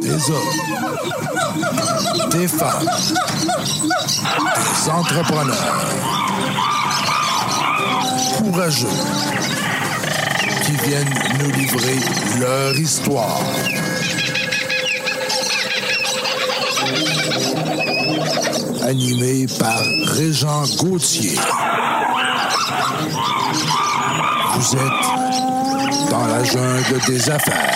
Des hommes, des femmes, des entrepreneurs courageux qui viennent nous livrer leur histoire. Animé par Régent Gauthier. Vous êtes dans la jungle des affaires.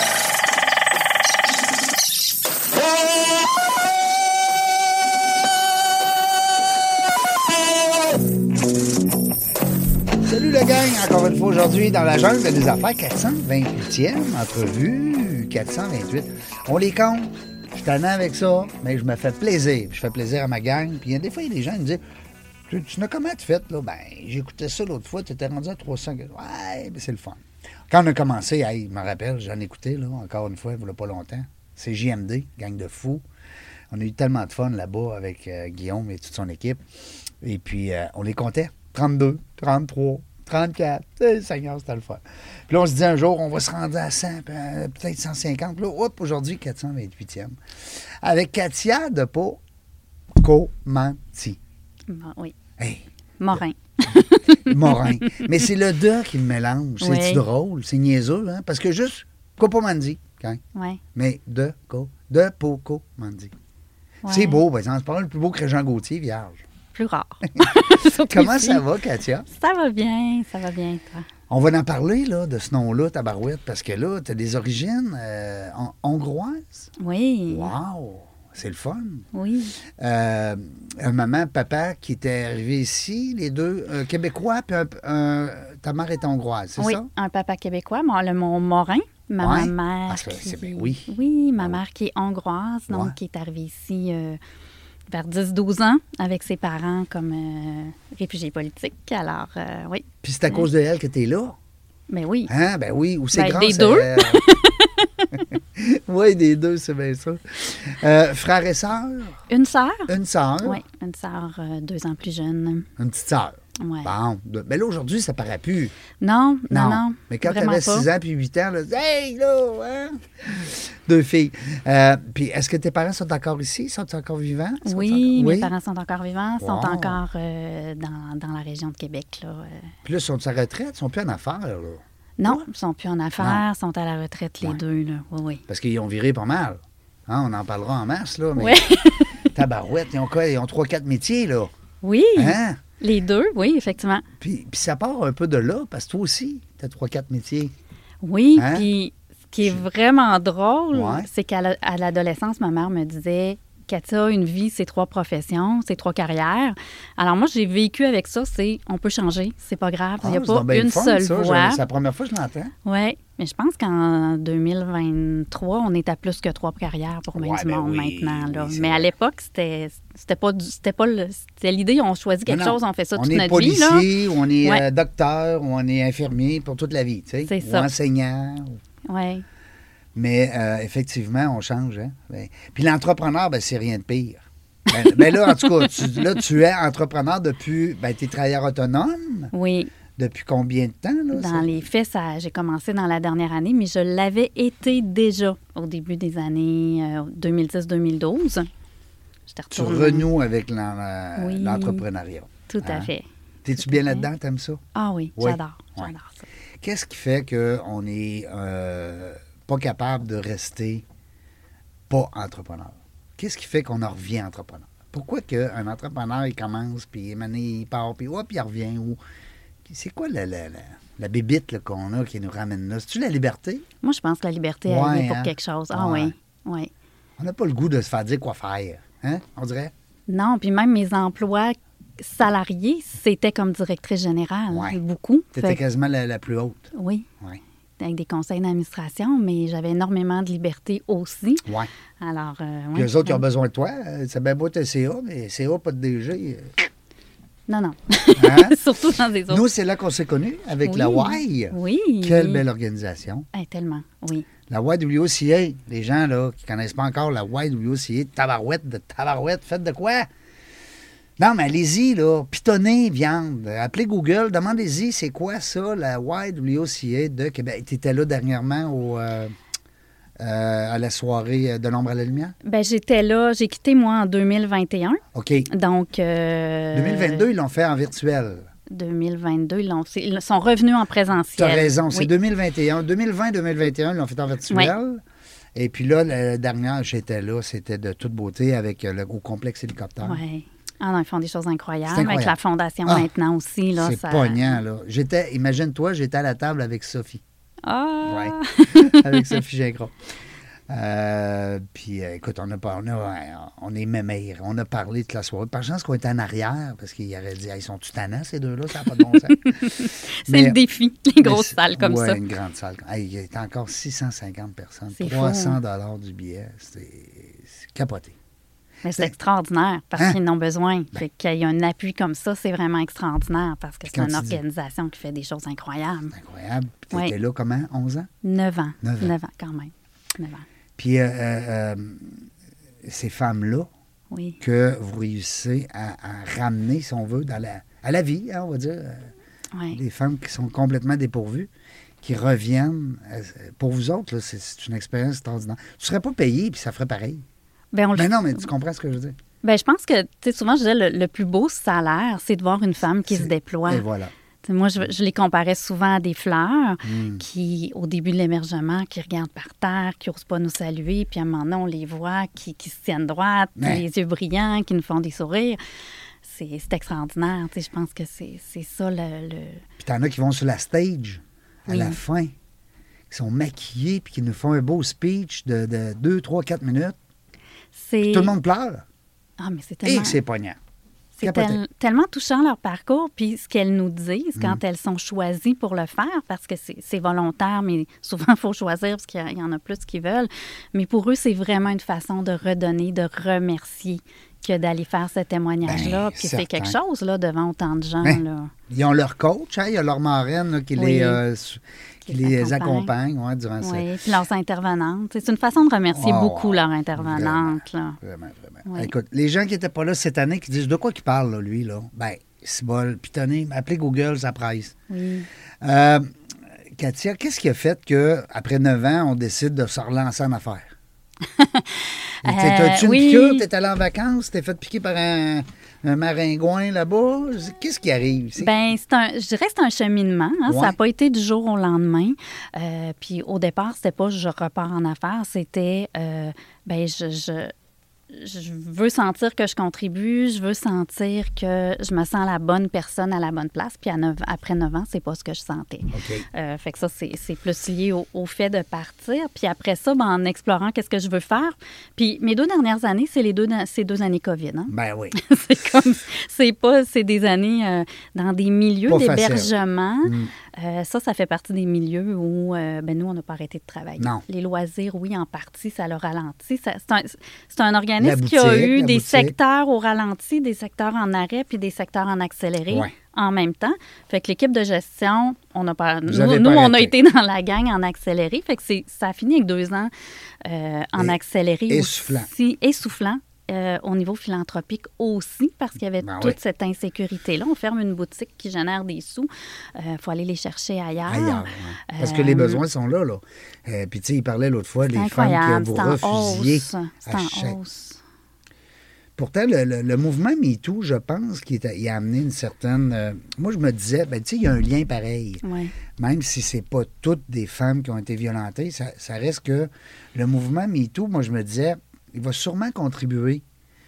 Salut le gang, encore une fois aujourd'hui dans la jungle des affaires, 428e entrevue, 428. On les compte, je suis tannant avec ça, mais je me fais plaisir. Je fais plaisir à ma gang. Puis des fois, il y a des gens qui me disent tu n'as comment tu fait là? Ben, j'écoutais ça l'autre fois, tu étais rendu à 300. Ouais, mais c'est le fun. Quand on a commencé, je me rappelle, j'en ai là, encore une fois, il n'y a pas longtemps. C'est JMD, gang de fous. On a eu tellement de fun là-bas avec Guillaume et toute son équipe. Et puis, on les comptait. 32, 33, 34. Seigneur, c'était le fun. Puis là, on se dit un jour, on va se rendre à 100, peut-être 150. Puis là, hop, aujourd'hui, 428e. Avec Katia de Pocomanti. Oui. Hey. Morin. Morin. Mais c'est le de qui me mélange. Oui. C'est-tu drôle? C'est niaiseux, hein? Parce que juste Copomandi, hein? Oui. Mais de Pocomandi. Ouais. C'est beau, par exemple. C'est pas mal plus beau que Régent Gauthier, vierge. Plus rare. Surtout Comment ici. ça va, Katia? Ça va bien, toi. On va en parler, là, de ce nom-là, Tabarouette, parce que là, tu as des origines hongroises. Oui. Wow! C'est le fun. Oui. Un maman, papa qui étaient arrivés ici, les deux Québécois, puis ta mère est hongroise, c'est Oui, ça? un papa québécois, mon Morin. Ma Ouais. mère. Ah, c'est bien, oui. Oui, ma mère qui est hongroise, donc Ouais. qui est arrivée ici vers 10-12 ans avec ses parents comme réfugiés politiques. Alors, oui. Puis c'est à cause de elle que tu es là? Mais oui. Hein? Ben oui, ou c'est Ben, grâce des deux. à elle? Oui, des deux, c'est bien ça. Frères et sœurs? Une sœur. Une sœur? Oui, une sœur 2 ans plus jeune. Une petite sœur? Ouais. Bon. Mais là, aujourd'hui, ça paraît plus. Non. Mais quand tu vraiment avais pas. 6 ans puis 8 ans, là, hey, là, hein? 2 filles. Puis est-ce que tes parents sont encore ici? Sont-ils encore vivants? Oui, Oui? mes parents sont encore vivants, sont Wow. encore dans la région de Québec. Là. Puis là, ils sont à retraite, ils sont plus en affaires, là. Non, ils ne sont plus en affaires, sont à la retraite les Ouais. deux. Là. Oui. Parce qu'ils ont viré pas mal. Hein, on en parlera en masse, là. Mais Oui. tabarouette, ils ont quoi? Ils ont 3-4 métiers, là. Oui, Hein? les deux, oui, effectivement. Puis ça part un peu de là, parce que toi aussi, tu as 3-4 métiers. Oui, Hein? puis ce qui est vraiment drôle, Ouais. c'est qu'à l'adolescence, ma mère me disait Katia, une vie, c'est 3 professions, c'est 3 carrières. Alors moi, j'ai vécu avec ça, c'est on peut changer, c'est pas grave, il n'y a c'est pas donc bien une le fun, seule ça. voie. C'est la première fois que je l'entends. Oui, mais je pense qu'en 2023, on est à plus que 3 carrières pour bien Ouais, du ben monde oui, maintenant. Là. oui, c'est mais à vrai. l'époque, c'était l'idée, on choisit quelque Non, chose, on fait ça on toute est notre vie. Là. policier, ou on est Ouais. docteur, ou on est infirmier pour toute la vie, tu sais. C'est ou ça. enseignant. Oui, Mais effectivement, on change. Hein? Puis l'entrepreneur, c'est rien de pire. Ben là, en tout cas, tu es entrepreneur depuis... tu es travailleur autonome oui. depuis combien de temps? Là, Dans ça? les faits, j'ai commencé dans la dernière année, mais je l'avais été déjà au début des années 2010-2012. J'étais Tu retournée. renoues avec Oui. l'entrepreneuriat. Tout à Hein? fait. T'es-tu Tout bien à fait. là-dedans? T'aimes ça? Ah oui, Oui. j'adore. Ouais. J'adore ça. Qu'est-ce qui fait qu'on n'est pas capable de rester pas entrepreneur? Qu'est-ce qui fait qu'on en revient entrepreneur? Pourquoi qu'un entrepreneur, il commence, puis il part, puis hop, il revient? C'est quoi la bébite là, qu'on a qui nous ramène là? C'est-tu la liberté? Moi, je pense que la liberté, elle Ouais, est pour hein? quelque chose. Ah Ouais. oui, oui. On n'a pas le goût de se faire dire quoi faire. Hein? On dirait? Non, puis même mes emplois salariés, c'était comme directrice générale, Ouais. beaucoup. C'était Fait que- quasiment la plus haute. oui, Oui. avec des conseils d'administration, mais j'avais énormément de liberté aussi. Ouais. Alors, Puis ouais, eux autres, ils ont ouais. besoin de toi. C'est bien beau être CA, mais CA, pas de DG. Non, non. Hein? Surtout dans des autres. Nous, c'est là qu'on s'est connus, avec Oui. la Y. Oui. Quelle belle organisation. Tellement, oui. La YWCA, les gens là, qui ne connaissent pas encore la YWCA, tabarouette, faites de quoi? Non, mais allez-y, là, pitonnez, viande. Appelez Google, demandez-y, c'est quoi ça, la YWCA de Québec? Tu étais là dernièrement à la soirée de l'ombre à la lumière? Ben j'étais là, j'ai quitté moi en 2021. OK. Donc 2022, ils l'ont fait en virtuel. 2022, ils sont revenus en présentiel. Tu as raison, c'est Oui. 2021. 2020-2021, ils l'ont fait en virtuel. Et puis là, la dernière, j'étais là, c'était de toute beauté avec au complexe hélicoptère. Oui. Ah non, ils font des choses incroyables. C'est incroyable. Avec la fondation Ah, maintenant aussi. Là, C'est pognant, là. Imagine-toi, j'étais à la table avec Sophie. Ah! Oui, avec Sophie Gingras. Puis, écoute, on est mémères. On a parlé toute la soirée. Par chance qu'on était en arrière, parce qu'il aurait dit, ils sont tannants, ces deux-là, ça n'a pas de bon sens. C'est le défi, les grosses salles comme ça. Oui, une grande salle. Hey, il y a encore 650 personnes, C'est 300 $ du billet. C'est capoté. Mais c'est extraordinaire parce Hein? qu'ils en ont besoin. Fait qu'il y a un appui comme ça, c'est vraiment extraordinaire parce que Puis c'est quand une tu dis- organisation qui fait des choses incroyables. C'est incroyable. Puis tu Oui. étais là comment? 11 ans? 9 ans. 9 ans. 9 ans, quand même. 9 ans. Puis ces femmes-là Oui. que vous réussissez à ramener, si on veut, à la vie, hein, on va dire. Oui. Des femmes qui sont complètement dépourvues, qui reviennent. Pour vous autres, là, c'est une expérience extraordinaire. Tu ne serais pas payé, puis ça ferait pareil. Ben, on le Mais non, mais tu comprends ce que je veux dire? Ben, je pense que, tu sais, souvent, je disais, le plus beau salaire, c'est de voir une femme qui se déploie. Et voilà. Tu sais, moi, je les comparais souvent à des fleurs Mm. qui, au début de l'émergement, qui regardent par terre, qui n'osent pas nous saluer, puis à un moment donné, on les voit, qui se tiennent droites, Ouais. les yeux brillants, qui nous font des sourires. C'est extraordinaire. Tu sais, je pense que c'est ça le... Puis t'en as qui vont sur la stage à Oui. la fin, qui sont maquillés, puis qui nous font un beau speech de 2, 3, 4 minutes. C'est... Tout le monde pleure. Ah, mais c'est Et tellement... que c'est poignant. C'est Capoté. tellement touchant leur parcours, puis ce qu'elles nous disent Mm. quand elles sont choisies pour le faire, parce que c'est volontaire, mais souvent, il faut choisir parce qu'il y en a plus qui veulent. Mais pour eux, c'est vraiment une façon de redonner, de remercier que d'aller faire ce témoignage-là. Ben, Puis c'est certain. quelque chose, là, devant autant de gens, Hein? là. Ils ont leur coach, hein, il y a leur marraine là, qui Oui. qui les accompagne ouais, durant ça. Oui, puis leurs intervenantes. C'est une façon de remercier Oh, beaucoup leurs intervenantes, là. Vraiment, vraiment. Oui. Écoute, les gens qui n'étaient pas là cette année, qui disent de quoi qu'il parle, là, lui, là? Ben, c'est bol. Puis tenez, appelez Google, ça presse. Oui. Katia, qu'est-ce qui a fait qu'après 9 ans, on décide de se relancer en affaires? T'as-tu une oui. piqûre? T'es allé en vacances? T'es fait piquer par un maringouin là-bas? Qu'est-ce qui arrive? Ben, je dirais que c'est un cheminement. Hein? Ouais. Ça n'a pas été du jour au lendemain. Puis au départ, c'était pas je repars en affaires, c'était ben je veux sentir que je contribue, je veux sentir que je me sens la bonne personne à la bonne place. Puis après 9 ans, c'est pas ce que je sentais. OK. Fait que ça, c'est plus lié au fait de partir. Puis après ça, ben, en explorant qu'est-ce que je veux faire. Puis mes 2 dernières années, c'est ces 2 années COVID. Hein? Ben oui. C'est des années dans des milieux Pas facile. d'hébergement. Mm. Ça fait partie des milieux où ben nous, on n'a pas arrêté de travailler. Non. Les loisirs, oui, en partie, ça l'a ralenti. C'est un organisme La qui a boutique, eu la des boutique. secteurs au ralenti, des secteurs en arrêt, puis des secteurs en accéléré Ouais. en même temps. Fait que l'équipe de gestion, on a pas, Vous avez nous pas on a arrêté. été dans la gang en accéléré. Fait que ça a fini avec 2 ans en Et accéléré. essoufflant. Aussi, essoufflant. Au niveau philanthropique aussi, parce qu'il y avait Ben toute oui. cette insécurité-là. On ferme une boutique qui génère des sous. Il faut aller les chercher ailleurs. Ailleurs. Ouais. Parce que les besoins sont là. Là. Puis, tu sais, il parlait l'autre fois, C'est les femmes incroyable. que vous C'est en refusiez. hausse. C'est à en chaque- hausse. Pourtant, le mouvement MeToo, je pense qu'il a amené une certaine... moi, je me disais, ben, tu sais, il y a un lien pareil. Oui. Même si c'est pas toutes des femmes qui ont été violentées, ça reste que le mouvement MeToo, moi, je me disais, il va sûrement contribuer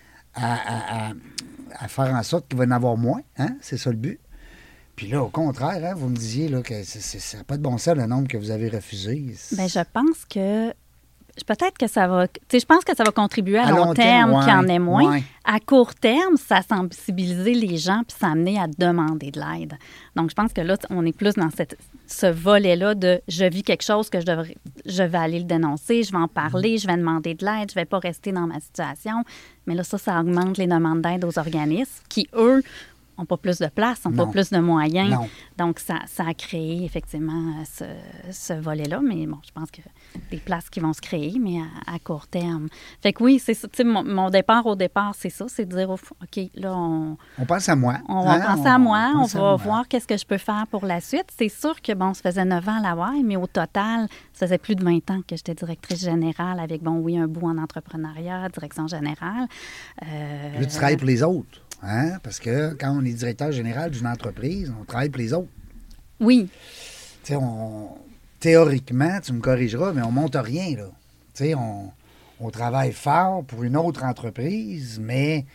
à faire en sorte qu'il va y en avoir moins. Hein? C'est ça le but. Puis là, au contraire, hein, vous me disiez là, que ça n'a pas de bon sens le nombre que vous avez refusé. Bien, je pense que peut-être que ça va... Tu sais, je pense que ça va contribuer à, À long terme ouais, qu'il y en ait moins. ouais. À court terme, ça sensibiliser les gens puis ça amener à demander de l'aide. Donc, je pense que là, on est plus dans ce volet-là de je vis quelque chose que je vais aller le dénoncer, je vais en parler, je vais demander de l'aide, je vais pas rester dans ma situation. Mais là, ça augmente les demandes d'aide aux organismes qui, eux, n'ont pas plus de place, n'ont pas Non. plus de moyens. Non. Donc, ça a créé effectivement ce volet-là. Mais bon, je pense que des places qui vont se créer, mais à court terme. Fait que oui, c'est ça. Tu sais, mon départ au départ, c'est ça. C'est de dire, OK, là, On pense à moi. on va penser à moi, on pense à va moi. voir qu'est-ce que je peux faire pour la suite. C'est sûr que, bon, ça faisait 9 ans à la Hawaï, mais au total, ça faisait plus de 20 ans que j'étais directrice générale avec, bon, oui, un bout en entrepreneuriat, direction générale. Là, tu travailles pour les autres. Hein? Parce que quand on est directeur général d'une entreprise, on travaille pour les autres. Oui, Tu sais, théoriquement, tu me corrigeras, mais on monte rien, là. Tu sais, on travaille fort pour une autre entreprise, mais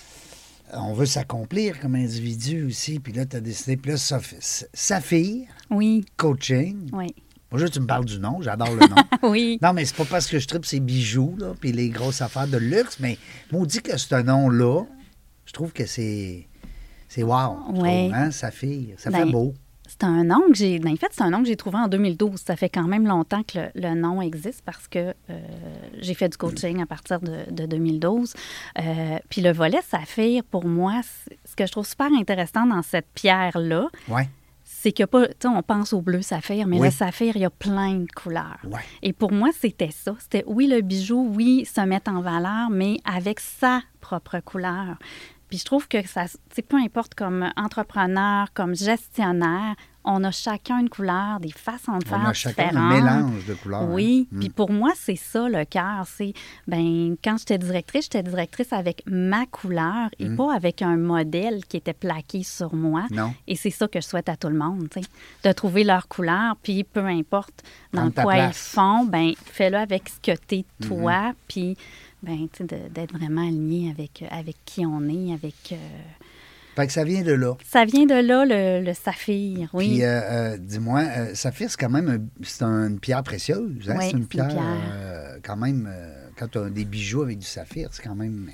on veut s'accomplir comme individu aussi. Puis là, tu as décidé. Puis là, Saphir oui, Coaching. oui, Moi, juste, tu me parles du nom. J'adore le nom. oui. Non, mais c'est pas parce que je tripe ces bijoux, là, puis les grosses affaires de luxe, mais maudit que ce nom-là, je trouve que c'est wow. je Ouais. trouve, hein, Saphir. Ça Ben, fait beau. C'est un nom que j'ai. En fait, c'est un nom que j'ai trouvé en 2012. Ça fait quand même longtemps que le nom existe parce que j'ai fait du coaching à partir de 2012. Puis le volet Saphir, pour moi, ce que je trouve super intéressant dans cette pierre-là, Ouais. c'est qu'il n'y a pas. Tu sais, on pense au bleu saphir, mais Oui. le saphir, il y a plein de couleurs. Ouais. Et pour moi, c'était ça. C'était, oui, le bijou, oui, se mettre en valeur, mais avec sa propre couleur. Puis je trouve que ça, tu sais, peu importe comme entrepreneur, comme gestionnaire, on a chacun une couleur, des façons de On faire a chacun un différentes. mélange de couleurs. Oui, hein. puis pour moi, c'est ça le cœur. C'est, ben quand j'étais directrice avec ma couleur et pas avec un modèle qui était plaqué sur moi. Non. Et c'est ça que je souhaite à tout le monde, tu sais, de trouver leur couleur, puis peu importe dans Prendre ta quoi ils place. font, ben fais-le avec ce que t'es toi, puis ben tu sais, d'être vraiment aligné avec qui on est, avec... Fait que ça vient de là. Ça vient de là, le saphir, oui. Puis, dis-moi, Saphir, c'est quand même une pierre précieuse. Hein? Oui, c'est une c'est une pierre, pierre. quand même, quand tu as des bijoux avec du saphir, c'est quand même,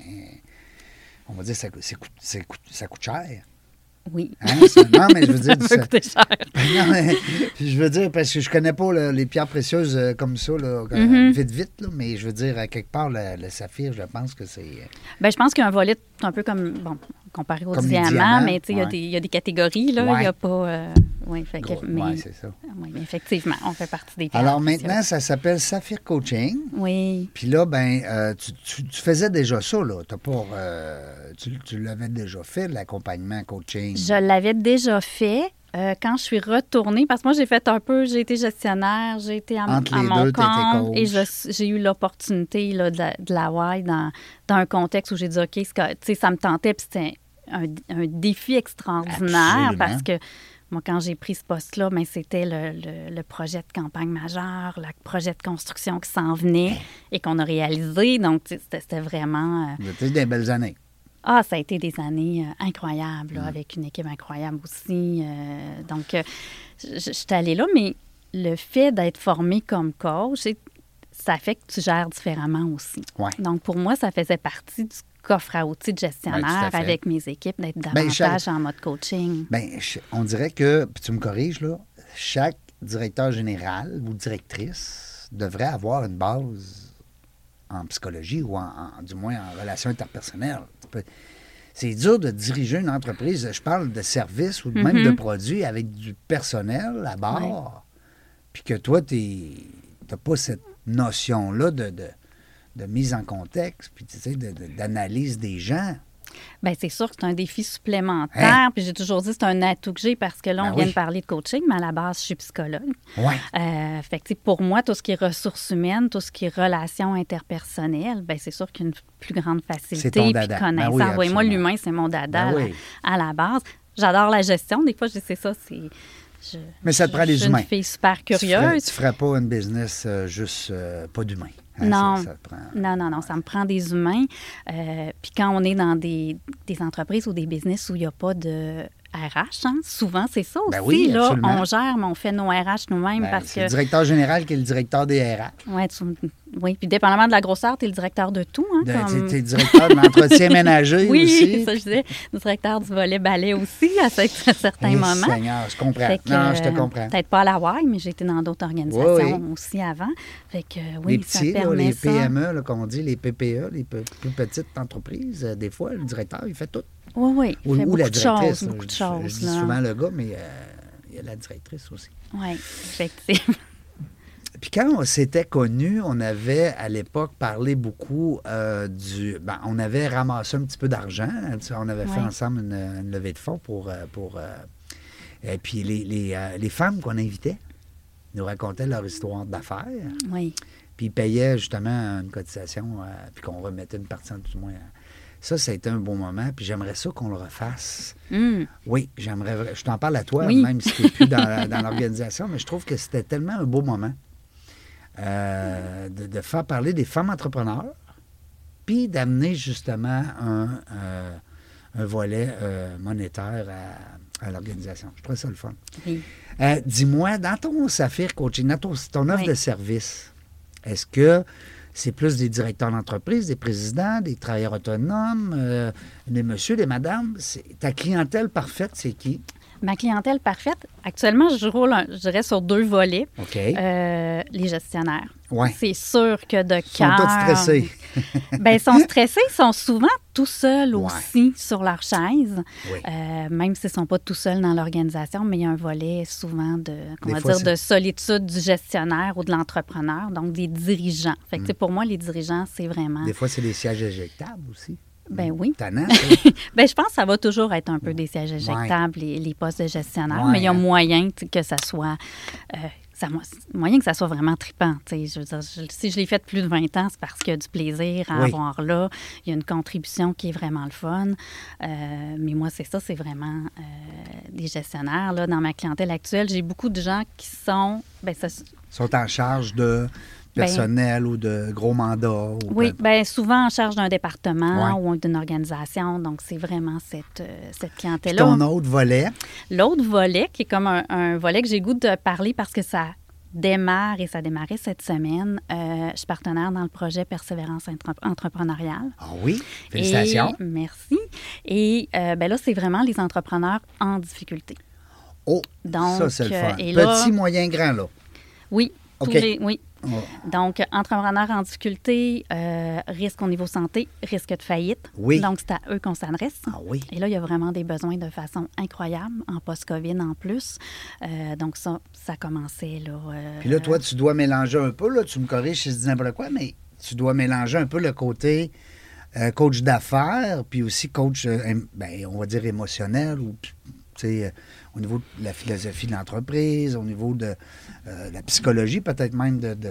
on va dire, ça coûte cher. Oui. Hein? Non, mais je veux dire... Ça m'a coûté cher. Non, mais je veux dire, parce que je connais pas là, les pierres précieuses comme ça, là, vite, là, mais je veux dire, à quelque part, le saphir, je pense que c'est... Ben, je pense qu'il y a un volet un peu comme, bon, comparé au Comme les diamant, diamants, mais tu sais, ouais. il y a des catégories, là. Il Ouais. n'y a pas... oui, fait que, Gros, mais, ouais, c'est ça. oui, mais effectivement, on fait partie des pierres Alors précieuses. maintenant, ça s'appelle Saphir Coaching. Oui. Puis là, ben, tu faisais déjà ça, là. T'as pas... tu l'avais déjà fait, l'accompagnement coaching. Je l'avais déjà fait quand je suis retournée, parce que moi, j'ai été gestionnaire, j'ai été à Entre les mon deux, t'étais compte coach. et j'ai eu l'opportunité là, de la Hawaï dans un contexte où j'ai dit, OK, tu sais, ça me tentait, puis c'était un défi extraordinaire Absolument. parce que moi, quand j'ai pris ce poste-là, ben, c'était le projet de campagne majeur, le projet de construction qui s'en venait et qu'on a réalisé. Donc, tu sais, c'était vraiment... C'était des belles années. Ah, ça a été des années incroyables, là, avec une équipe incroyable aussi. Donc, je suis allée là, mais le fait d'être formée comme coach, ça fait que tu gères différemment aussi. Ouais. Donc, pour moi, ça faisait partie du coffre à outils de Ouais, gestionnaire tout à fait. avec mes équipes, d'être davantage en mode coaching. Bien, on dirait que, puis tu me corriges, là, chaque directeur général ou directrice devrait avoir une base en psychologie ou du moins en relations interpersonnelles. C'est dur de diriger une entreprise, je parle de services ou même de produits avec du personnel à bord, puis que toi, tu n'as pas cette notion-là de mise en contexte, puis tu sais, d'analyse des gens. Bien, c'est sûr que c'est un défi supplémentaire. Hein? Puis j'ai toujours dit que c'est un atout que j'ai parce que là, Ben on vient oui. de parler de coaching, mais à la base, je suis psychologue. Ouais. Fait que, tu sais, pour moi, tout ce qui est ressources humaines, tout ce qui est relations interpersonnelles, bien, c'est sûr qu'il y a une plus grande facilité. C'est ton Puis dada. connaissance. Ben oui, Moi, absolument. l'humain, c'est mon dada Ben oui. à la base. J'adore la gestion. Des fois, je dis, c'est ça, Mais ça te prend des je suis humains. une fille super Tu curieuse. ferais pas une business juste pas d'humains. Hein, Non. Ça te prend... Non, ça me prend des humains. Puis quand on est dans des entreprises ou des business où il n'y a pas de RH, hein, souvent, c'est ça aussi. Ben oui, là, absolument. on gère, mais on fait nos RH nous-mêmes Ben, parce c'est que... le directeur général qui est le directeur des RH. Ouais, oui, puis dépendamment de la grosseur, tu es le directeur de tout. Hein, comme... Tu es directeur de l'entretien ménager Oui, aussi. ça je disais. Le directeur du volet balai aussi, à certains Eh, moments. Seigneur, je comprends. Fait que, Non, je te comprends. Peut-être pas à la Hawaï, mais j'ai été dans d'autres organisations Oui, oui. aussi avant. Fait que oui, Les ça petits, là, permet les ça. PME, là, comme on dit, les PPE, les plus petites entreprises, des fois, le directeur, il fait tout. Oui, il fait Ou la beaucoup de directrice. choses, beaucoup de Je choses. dis là. souvent le gars, mais il y a la directrice aussi. Oui, effectivement. Puis quand on s'était connus, on avait à l'époque parlé beaucoup on avait ramassé un petit peu d'argent. On avait fait ensemble une levée de fonds pour et puis les femmes qu'on invitait nous racontaient leur histoire d'affaires. Oui. Puis ils payaient justement une cotisation, puis qu'on remettait une partie en tout moins. Ça a été un bon moment, puis j'aimerais ça qu'on le refasse. Oui, j'aimerais. Je t'en parle à toi, même si tu n'es plus dans l'organisation, mais je trouve que c'était tellement un beau moment de faire parler des femmes entrepreneurs, puis d'amener justement un volet monétaire à l'organisation. Je trouve ça le fun. Oui. Dis-moi, dans ton Saphir Coaching, dans ton offre de service, est-ce que c'est plus des directeurs d'entreprise, des présidents, des travailleurs autonomes, des messieurs, des madames? Ta clientèle parfaite, c'est qui? Ma clientèle parfaite, actuellement, je roule, je dirais, sur 2 volets. OK. Les gestionnaires. Ouais. C'est sûr que de Ils sont tous stressés. Bien, ils sont stressés. Ils sont souvent tout seuls Ouais. aussi sur leur chaise. Oui. Même s'ils ne sont pas tout seuls dans l'organisation, mais il y a un volet souvent Des fois, de solitude du gestionnaire ou de l'entrepreneur, donc des dirigeants. Fait que, tu sais, pour moi, les dirigeants, c'est vraiment... Des fois, c'est des sièges éjectables aussi. Ben oui. Tannant, ça. Bien, je pense que ça va toujours être un peu des sièges éjectables, les postes de gestionnaire, Ouais, mais il y a hein. moyen que ça soit... moyen que ça soit vraiment trippant. Je veux dire, si je l'ai fait plus de 20 ans, c'est parce qu'il y a du plaisir à avoir là. Il y a une contribution qui est vraiment le fun. Mais moi, c'est ça, c'est vraiment des gestionnaires. Là, dans ma clientèle actuelle, j'ai beaucoup de gens qui sont... sont en charge de personnel ou de gros mandats. Oui, bien souvent en charge d'un département Ouais. ou d'une organisation. Donc, c'est vraiment cette Puis clientèle-là. ton autre volet, L'autre volet, qui est comme un volet que j'ai le goût de parler parce que ça démarre et ça démarrait cette semaine. Je suis partenaire dans le projet Persévérance entrepreneuriale. ah oui, félicitations. Merci. Et là, c'est vraiment les entrepreneurs en difficulté. Oh, Donc, ça, c'est le fun. et là- Petit, moyen, grand, là. Oui, OK. oui. Oh. Donc, entrepreneurs en difficulté, risque au niveau santé, risque de faillite. Oui. Donc, c'est à eux qu'on s'adresse. Ah oui. Et là, il y a vraiment des besoins de façon incroyable, en post-COVID en plus. Donc, ça commençait, là... Puis là, toi, tu dois mélanger un peu, là, tu me corriges si je dis n'importe quoi, mais tu dois mélanger un peu le côté coach d'affaires, puis aussi coach, on va dire émotionnel, ou au niveau de la philosophie de l'entreprise, au niveau de la psychologie, peut-être même de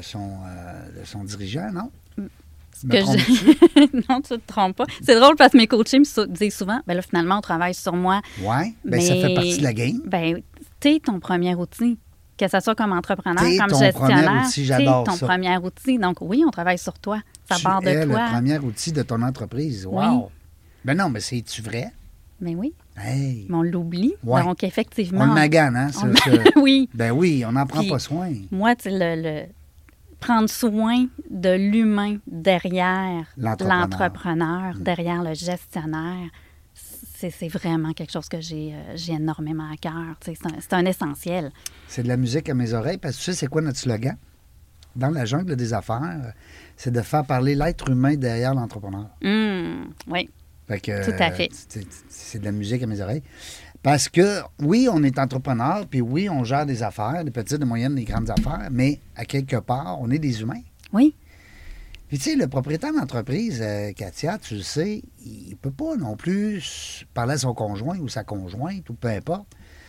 son dirigeant, non? Me trompes-tu? Non, tu ne te trompes pas. C'est drôle parce que mes coachés me disent souvent, là, finalement, on travaille sur moi. Oui, ça fait partie de la game. T'es ton premier outil. Que ce soit comme entrepreneur, T'es comme ton gestionnaire, premier outil, j'adore t'es ton ça. premier outil. Donc, oui, on travaille sur toi. Ça part de Tu es toi. le premier outil de ton entreprise. Wow! Oui. Ben non, mais c'est-tu vrai? Mais oui, Hey! mais on l'oublie. Ouais. Donc, effectivement... On le magane, hein? Oui. Ben oui, on n'en prend Puis, pas soin. Moi, tu sais, prendre soin de l'humain derrière l'entrepreneur, derrière le gestionnaire, c'est vraiment quelque chose que j'ai énormément à cœur. Tu sais, c'est un essentiel. C'est de la musique à mes oreilles, parce que tu sais, c'est quoi notre slogan? Dans la jungle des affaires, c'est de faire parler l'être humain derrière l'entrepreneur. Oui. Fait que, Tout à fait. C'est de la musique à mes oreilles. Parce que, oui, on est entrepreneur, puis oui, on gère des affaires, des petites, des moyennes, des grandes affaires, mais à quelque part, on est des humains. Oui. Puis, tu sais, le propriétaire d'entreprise, Katia, tu le sais, il ne peut pas non plus parler à son conjoint ou sa conjointe, ou peu importe,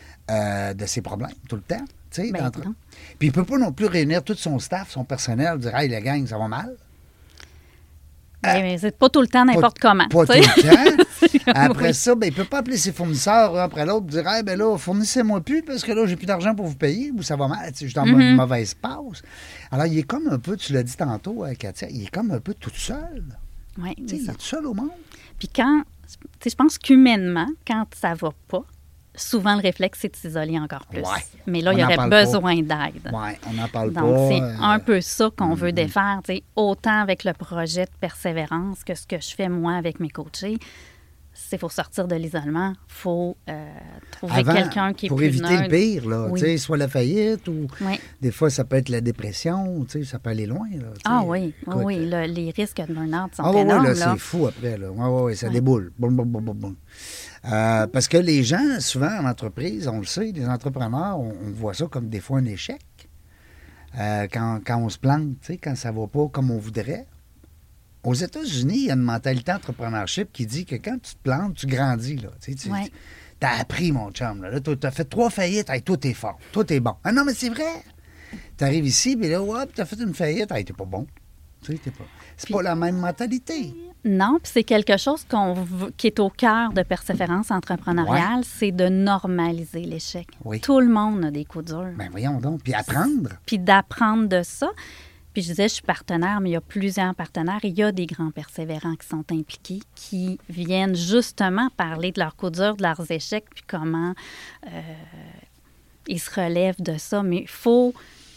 de ses problèmes tout le temps. Tu sais, Ben, non. Puis, il ne peut pas non plus réunir tout son staff, son personnel, dire « Hey, la gang, ça va mal ». Mais c'est pas tout le temps n'importe comment. Pas tout tu sais. le temps. Après Oui. ça, il ne peut pas appeler ses fournisseurs un après l'autre et dire hey, ben là, fournissez-moi plus parce que là, j'ai plus d'argent pour vous payer ou ça va mal. Je suis dans une mauvaise passe. Alors, il est comme un peu, tu l'as dit tantôt, Katia, il est comme un peu tout seul. Oui, Tu sais, c'est il ça. est tout seul au monde. Puis quand, tu sais, je pense qu'humainement, quand ça va pas, souvent le réflexe, c'est de s'isoler encore plus. Ouais. Mais là, On il y en aurait parle pas. besoin d'aide. Oui, on n'en parle Donc, pas. c'est un peu ça qu'on veut défaire, tu sais, autant avec le projet de persévérance que ce que je fais moi avec mes coachés. il faut sortir de l'isolement. Il faut trouver quelqu'un qui est pour plus éviter neutre. le pire, là, Oui. tu sais, soit la faillite ou Oui. des fois, ça peut être la dépression, tu sais, ça peut aller loin. Là, tu sais. Ah oui, Écoute, oui, les risques de burn-out sont ah oui, énormes. là, là. c'est fou après. Là. Oui, ça Ouais. déboule. Boum, boum, boum, boum, boum. Parce que les gens, souvent en entreprise, on le sait, les entrepreneurs, on voit ça comme des fois un échec. Quand on se plante, tu sais, quand ça ne va pas comme on voudrait. Aux États-Unis, il y a une mentalité entrepreneurship qui dit que quand tu te plantes, tu grandis. Là. Tu Ouais. as appris, mon chum. Là, tu as fait 3 faillites. Hey, toi, t'es fort. Toi, t'es bon. Ah non, mais c'est vrai. Tu arrives ici, puis là, tu as fait une faillite. Hey, t'es pas bon. Tu sais, c'est pas la même mentalité. Non, puis c'est quelque chose qui est au cœur de persévérance entrepreneuriale, c'est de normaliser l'échec. Oui. Tout le monde a des coups durs. Ben voyons donc. Puis apprendre. Puis d'apprendre de ça. Puis je disais, je suis partenaire, mais il y a plusieurs partenaires. Il y a des grands persévérants qui sont impliqués, qui viennent justement parler de leurs coups durs, de leurs échecs, puis comment ils se relèvent de ça. Mais il faut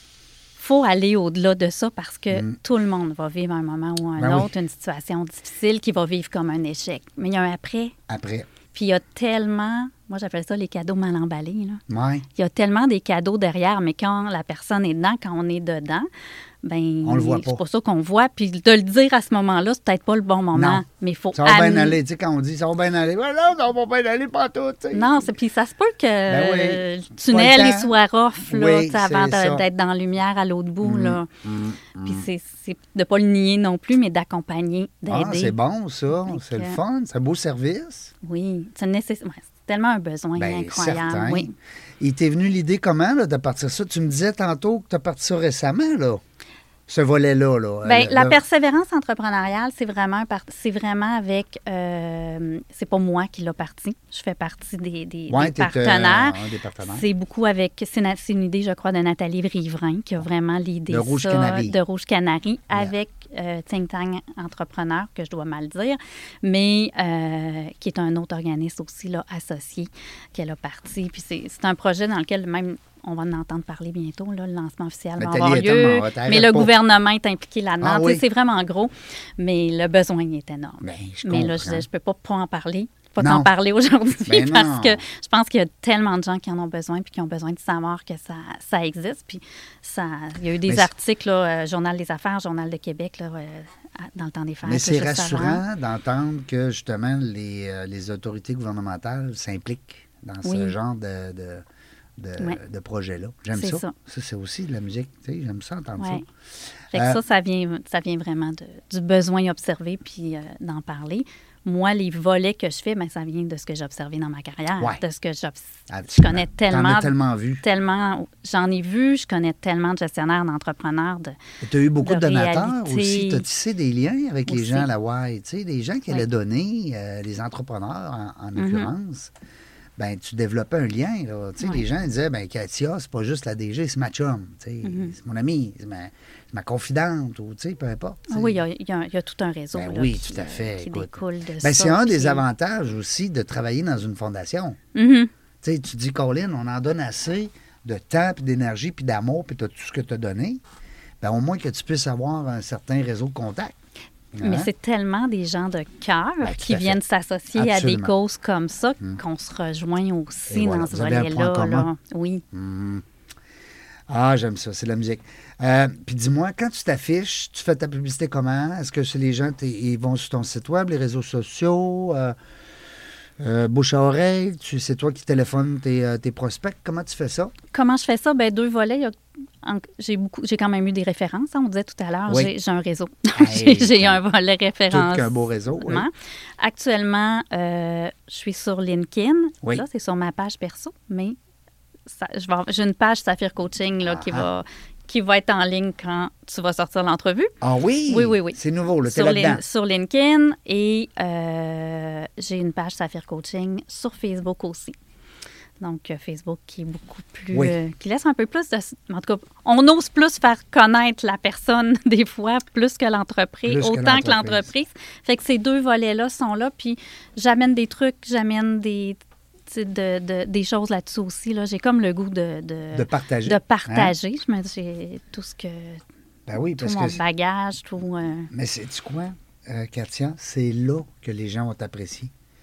aller au-delà de ça parce que tout le monde va vivre un moment ou un autre, une situation difficile qui va vivre comme un échec. Mais il y a un après. Après. Puis il y a tellement, moi j'appelle ça les cadeaux mal emballés. Là. Oui. Il y a tellement des cadeaux derrière, mais quand la personne est dedans, quand on est dedans, ben On le voit pas. c'est pas ça qu'on voit. Puis de le dire à ce moment-là, c'est peut-être pas le bon moment. Non. Mais il faut Ça va bien aller. Tu sais, quand on dit ça va bien aller, ouais, là, ça va bien aller partout. Tu sais. Non, puis ça se peut que oui. le tunnel Pas le il temps. soit rough là, Oui, tu sais, avant c'est ça. d'être dans la lumière à l'autre bout. Là. Puis c'est de ne pas le nier non plus, mais d'accompagner, d'aider. Ah, c'est bon, ça. Fait C'est que- le fun. C'est un beau service. Oui, c'est tellement un besoin Bien, incroyable. certain. Oui. Il t'est venu l'idée comment, là, de partir ça? Tu me disais tantôt que tu as parti ça récemment, là. Ce volet-là, là. Bien, la Là. persévérance entrepreneuriale, c'est vraiment avec... c'est pas moi qui l'a parti. Je fais partie des Ouais, t'es, partenaires. un des partenaires. C'est beaucoup avec... C'est une idée, je crois, de Nathalie Riverain qui a vraiment l'idée De Rouge Canary. de Rouge Canary Yeah. avec Think Tank Entrepreneur, que je dois mal dire, mais qui est un autre organisme aussi là, associé qu'elle a parti. Puis c'est un projet dans lequel même... On va en entendre parler bientôt. Là, le lancement officiel va Nathalie avoir est lieu. tellement hot, elle Mais arrête le pas. gouvernement est impliqué là-dedans. Ah Tu sais, oui. C'est vraiment gros. Mais le besoin est énorme. Bien, je Mais là, comprends. je peux pas en parler. Pas Non. t'en parler aujourd'hui Ben parce non. que je pense qu'il y a tellement de gens qui en ont besoin puis qui ont besoin de savoir que ça existe. Puis il y a eu des Mais articles, là, Journal des Affaires, Journal de Québec, là, dans le temps des fêtes. Mais c'est juste avant. rassurant d'entendre que, justement, les autorités gouvernementales s'impliquent dans ce Oui. genre Ouais. de projet-là. J'aime C'est ça. ça. Ça, c'est aussi de la musique. Tu sais, j'aime ça, entendre Ouais. ça. Fait que ça vient vraiment du besoin observé puis d'en parler. Moi, les volets que je fais, ben, ça vient de ce que j'ai observé dans ma carrière, Ouais. de ce que je Absolument. connais T'en as tellement vu. j'en ai vu, je connais tellement de gestionnaires, d'entrepreneurs. Tu as eu beaucoup de donateurs réalité. aussi. Tu as tissé des liens avec les Aussi. gens à la WAI. Tu sais, des gens qui Oui. allaient donner, les entrepreneurs en l'occurrence. Ben, tu développais un lien. Là. Tu sais, Oui. Les gens disaient, ben Katia, c'est pas juste la DG, c'est ma chum. Tu sais, C'est mon amie, c'est ma confidente, ou tu sais, peu importe. tu Ah sais. oui, il y a tout un réseau Ben là, oui, qui, tout à fait. qui Écoute. découle de Ben, ça. c'est un des puis- avantages aussi de travailler dans une fondation. Mhm. Tu sais, tu dis, Colin, on en donne assez de temps, puis d'énergie, puis d'amour, puis de tout ce que tu as donné. Ben, au moins que tu puisses avoir un certain réseau de contacts. Mais Hein? c'est tellement des gens de cœur Ben, tout qui à fait. viennent s'associer à des Absolument. causes comme ça qu'on se rejoint aussi Et voilà, dans ce vous avez un point volet-là. commun. Là. Oui. Ah, j'aime ça, c'est de la musique. Puis dis-moi, quand tu t'affiches, tu fais ta publicité comment? Est-ce que c'est les gens, ils vont sur ton site web, les réseaux sociaux, bouche à oreille? C'est toi qui téléphones tes prospects? Comment tu fais ça? Comment je fais ça? Ben 2 volets. J'ai quand même eu des références. Hein, on disait tout à l'heure, Oui. j'ai un réseau. Hey, j'ai un volet Tout référence. qu'un beau réseau. Oui. Actuellement, je suis sur LinkedIn. Oui. Là, c'est sur ma page perso, mais j'ai une page Saphir Coaching là, qui va être en ligne quand tu vas sortir l'entrevue. Ah oui? Oui. C'est nouveau, là, t'es Sur, là-dedans. sur LinkedIn et j'ai une page Saphir Coaching sur Facebook aussi. Donc, Facebook qui est beaucoup plus... Oui. qui laisse un peu plus de... En tout cas, on ose plus faire connaître la personne des fois, plus que l'entreprise, Plus que autant que l'entreprise. l'entreprise. Fait que ces 2 volets-là sont là, puis j'amène des trucs, j'amène des choses là-dessus aussi. Là. J'ai comme le goût De partager. de partager. J'ai tout ce que... Ben oui, tout parce mon que... bagage, tout... Mais sais-tu quoi, Katia? C'est là que les gens vont t'apprécier.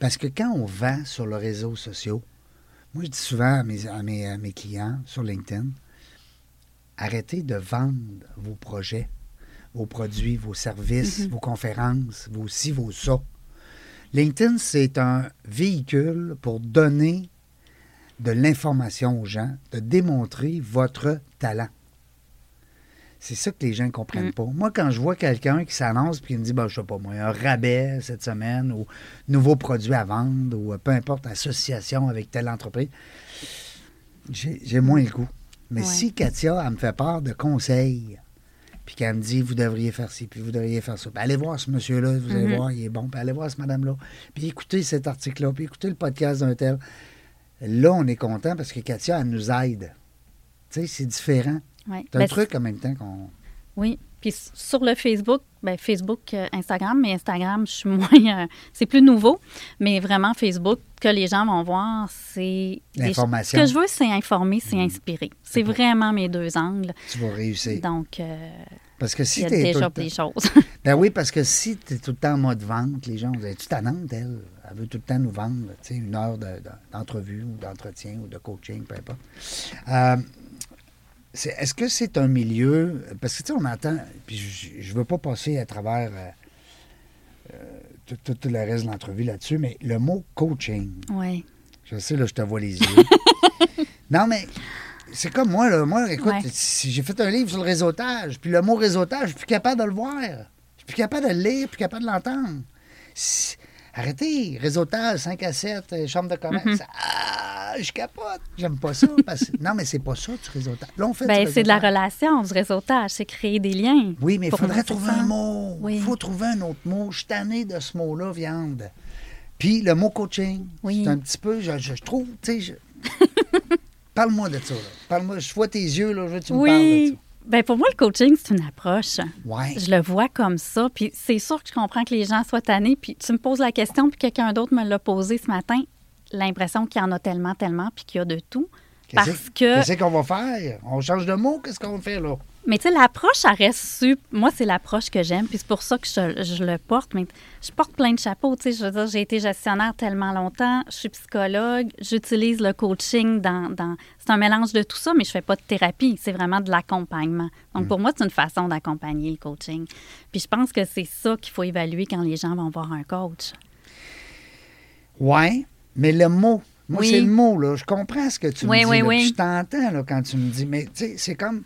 Parce que quand on vend sur les réseaux sociaux, moi, je dis souvent à mes clients sur LinkedIn, arrêtez de vendre vos projets, vos produits, vos services, vos conférences, vos ci, vos ça. LinkedIn, c'est un véhicule pour donner de l'information aux gens, de démontrer votre talent. C'est ça que les gens ne comprennent pas. Moi, quand je vois quelqu'un qui s'annonce et qui me dit, je sais pas moi, un rabais cette semaine ou nouveau produit à vendre ou peu importe, association avec telle entreprise, j'ai moins le goût. Mais si Katia, elle me fait part de conseils, puis qu'elle me dit, vous devriez faire ci, puis vous devriez faire ça, puis allez voir ce monsieur-là, vous allez voir, il est bon, puis allez voir ce madame-là, puis écoutez cet article-là, puis écoutez le podcast d'un tel. Là, on est content parce que Katia, elle nous aide. Tu sais, c'est différent. Ouais. C'est un truc en même temps qu'on... Oui. Puis sur le Facebook, Instagram, mais Instagram, je suis moins... c'est plus nouveau, mais vraiment Facebook, que les gens vont voir, c'est... L'information. Ce que je veux, c'est informer, c'est inspirer. C'est vraiment mes deux angles. Tu vas réussir. Donc, parce que si il y a t'es déjà des choses. Ben oui, parce que si tu es tout le temps en mode vente, les gens vont dire, tu tannante, elle veut tout le temps nous vendre, tu sais, une heure d'entrevue ou d'entretien ou de coaching, peu importe. Est-ce que c'est un milieu... Parce que, tu sais, on entend... Puis je veux pas passer à travers tout le reste de l'entrevue là-dessus, mais le mot coaching... Oui. Je sais, là, je te vois les yeux. Non, mais c'est comme moi, là. Moi, écoute, si j'ai fait un livre sur le réseautage, puis le mot réseautage, je suis plus capable de le voir. Je suis plus capable de le lire, plus capable de l'entendre. Arrêtez, réseautage, 5 à 7, chambre de commerce. Je capote. J'aime pas ça. Non, mais c'est pas ça, du réseautage. Là, on fait du réseautage. C'est de la relation, du réseautage. C'est créer des liens. Oui, mais il faudrait trouver un mot. Oui. Il faut trouver un autre mot. Je suis tanné de ce mot-là, viande. Puis le mot coaching, c'est un petit peu, je trouve, tu sais... Parle-moi de ça, là. Parle-moi, je vois tes yeux, là, je veux que tu me parles de ça. Bien, pour moi, le coaching, c'est une approche. Ouais. Je le vois comme ça. Puis c'est sûr que je comprends que les gens soient tannés. Puis tu me poses la question, puis quelqu'un d'autre me l'a posée ce matin. L'impression qu'il y en a tellement, puis qu'il y a de tout. Qu'est-ce qu'on va faire? On change de mot? Qu'est-ce qu'on va faire, là? Mais tu sais, l'approche, elle reste Moi, c'est l'approche que j'aime, puis c'est pour ça que je le porte. Mais je porte plein de chapeaux, tu sais. Je veux dire, j'ai été gestionnaire tellement longtemps, je suis psychologue, j'utilise le coaching c'est un mélange de tout ça, mais je fais pas de thérapie, c'est vraiment de l'accompagnement. Donc, pour moi, c'est une façon d'accompagner le coaching. Puis je pense que c'est ça qu'il faut évaluer quand les gens vont voir un coach. Oui, mais le mot... Moi, c'est le mot, là. Je comprends ce que tu me dis. Oui. Je t'entends, là, quand tu me dis. Mais, tu sais, c'est comme...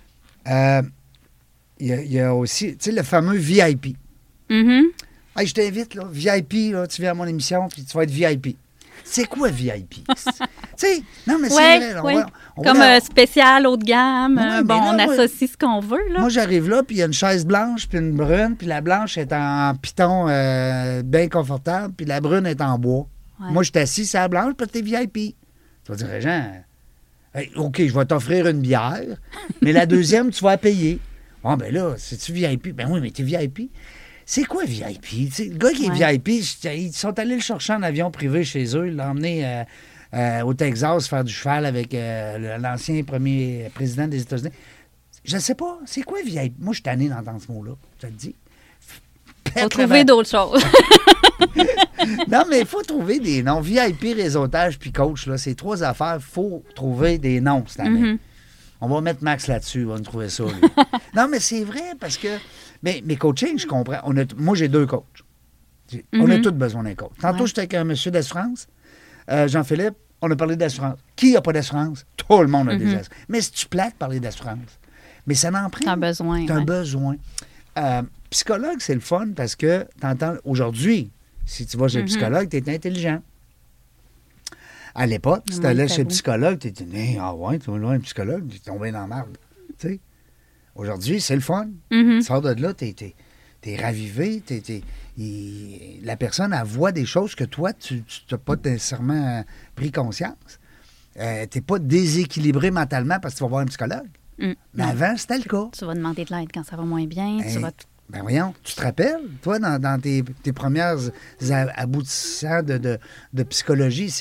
Il y a aussi, tu sais, le fameux VIP. Hey, je t'invite, là, VIP, là, tu viens à mon émission, puis tu vas être VIP. C'est quoi VIP? Tu sais, non, mais c'est vrai. Comme spécial, haut de gamme. On associe ce qu'on veut, là. Moi, j'arrive là, puis il y a une chaise blanche, puis une brune, puis la blanche est en piton bien confortable, puis la brune est en bois. Ouais. Moi, je suis assis sur la blanche, puis t'es VIP. Tu vas dire, Jean, hey, OK, je vais t'offrir une bière, mais la deuxième, tu vas payer. Bon, ben là, c'est-tu VIP? Ben oui, mais t'es VIP. C'est quoi VIP? T'sais, le gars qui est VIP, ils sont allés le chercher en avion privé chez eux, l'ont emmené au Texas faire du cheval avec l'ancien premier président des États-Unis. Je ne sais pas, c'est quoi VIP? Moi, je suis tanné d'entendre ce mot-là, je te le dis. Faut trouver d'autres choses. Non, mais il faut trouver des noms. VIP, réseautage puis coach, là, c'est 3 affaires. Il faut trouver des noms cette année. On va mettre Max là-dessus, on va nous trouver ça. Non, mais c'est vrai parce que... Mais coaching, je comprends. Moi, j'ai 2 coachs. On a tous besoin d'un coach. Tantôt, j'étais avec un monsieur d'assurance, Jean-Philippe, on a parlé d'assurance. Qui n'a pas d'assurance? Tout le monde a des assurances. Mais si tu plates parler d'assurance, mais ça n'en prend. T'as besoin. T'as besoin. Psychologue, c'est le fun parce que t'entends... Aujourd'hui, si tu vas chez le psychologue, t'es intelligent. À l'époque, si tu allais chez le psychologue, tu étais né, ah ouais, tu vas loin, un psychologue, tu es tombé dans la marde. Aujourd'hui, c'est le fun. Tu sors de là, tu es ravivé, la personne, elle voit des choses que toi, tu n'as pas nécessairement pris conscience. Tu n'es pas déséquilibré mentalement parce que tu vas voir un psychologue. Mais avant, c'était le cas. Tu vas demander de l'aide quand ça va moins bien. Ben voyons, tu te rappelles, toi, dans tes premières aboutissants de psychologie, c'était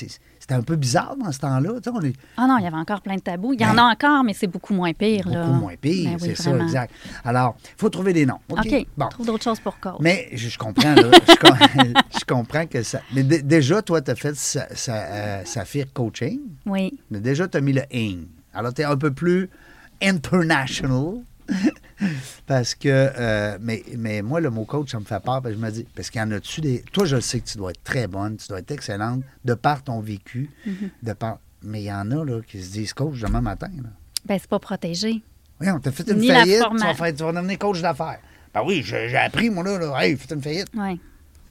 c'était un peu bizarre dans ce temps-là. Tu sais, on est Ah non, il y avait encore plein de tabous. Il y en a encore, mais c'est beaucoup moins pire. beaucoup moins pire, Ben oui, c'est ça, vraiment. exact. Alors, il faut trouver des noms. OK, Bon. trouve d'autres choses pour cause. Mais je comprends, là. Je comprends que ça... Mais déjà, toi, tu as fait Saphir Coaching. Oui. Mais déjà, tu as mis le « ing ». Alors, tu es un peu plus international. Parce que... mais moi, le mot coach, ça me fait peur. Parce que je me dis... Parce qu'il y en a-tu des... Toi, je sais que tu dois être très bonne, tu dois être excellente, de par ton vécu, de par... Mais il y en a, là, qui se disent coach demain matin, là. Ben c'est pas protégé. Oui, on t'a fait une Ni la faillite, formation. tu vas devenir coach d'affaires. Ben oui, j'ai appris, moi, là. Hey, fais une faillite. Oui.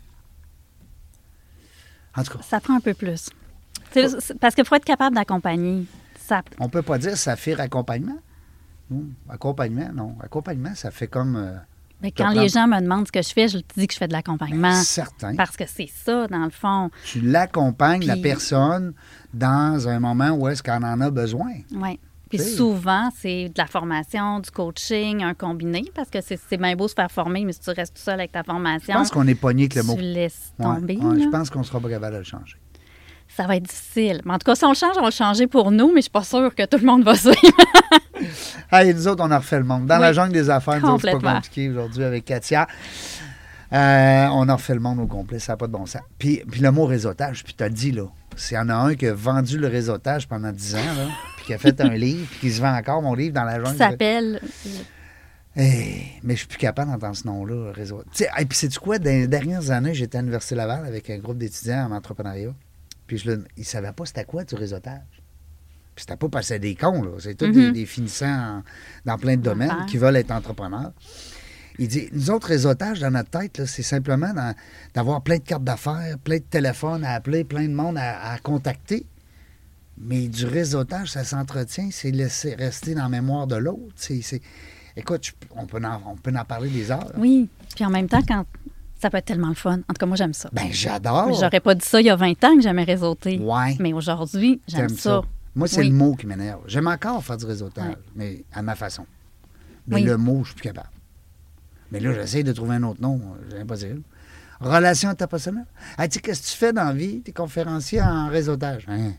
En tout cas, Ça prend un peu plus. Parce qu'il faut être capable d'accompagner. Ça... on peut pas dire Saphir accompagnement. Accompagnement, non. Accompagnement, ça fait comme... Ben, quand les gens me demandent ce que je fais, je te dis que je fais de l'accompagnement. certain. Parce que c'est ça, dans le fond. Tu l'accompagnes, la Puis- personne, dans un moment où est-ce qu'elle en a besoin. Oui. Puis Tu sais. souvent, c'est de la formation, du coaching, un combiné, parce que c'est bien beau se faire former, mais si tu restes tout seul avec ta Je formation, pense qu'on est pogné avec le mot. tu laisses Ouais, tomber. ouais, là. je pense qu'on sera pas capable de le changer. Ça va être difficile. Mais en tout cas, si on le change, on va le changer pour nous, mais je suis pas sûre que tout le monde va suivre. Hey, nous autres, on a refait le monde. Dans Oui, la jungle des affaires, nous autres, c'est pas complètement. compliqué aujourd'hui avec Katia. On a refait le monde au complet, ça n'a pas de bon sens. Puis le mot réseautage, puis tu as dit, là, s'il y en a un qui a vendu le réseautage pendant 10 ans, là, puis qui a fait un livre, puis qui se vend encore, mon livre, dans la jungle. Ça s'appelle... Hey, mais je suis plus capable d'entendre ce nom-là, réseau. Tu sais, et puis c'est du quoi? Dans les dernières années, j'étais à l'Université Laval avec un groupe d'étudiants en entrepreneuriat. Puis ils ne savaient pas c'était quoi du réseautage. Puis c'était pas parce que c'est des cons, là. C'est tous des finissants dans plein de domaines Affaires. qui veulent être entrepreneurs. Il dit, nous autres, réseautage dans notre tête, là, c'est simplement d'avoir plein de cartes d'affaires, plein de téléphones à appeler, plein de monde à contacter. Mais du réseautage, ça s'entretient, c'est laisser rester dans la mémoire de l'autre. Écoute, on peut en parler des heures. Oui. Puis en même temps, quand ça peut être tellement le fun. En tout cas, moi, j'aime ça. Ben, j'adore. J'aurais pas dit ça il y a 20 ans que j'aimais réseauter. Ouais. Mais aujourd'hui, j'aime T'aimes ça. Moi, c'est Oui. le mot qui m'énerve. J'aime encore faire du réseautage, Ouais. mais à ma façon. Mais Oui. le mot, je suis plus capable. Mais là, j'essaie de trouver un autre nom. C'est impossible. Relation interpersonnelle. Ah, tu sais, qu'est-ce que tu fais dans la vie? Tu es conférencier en réseautage. Hein?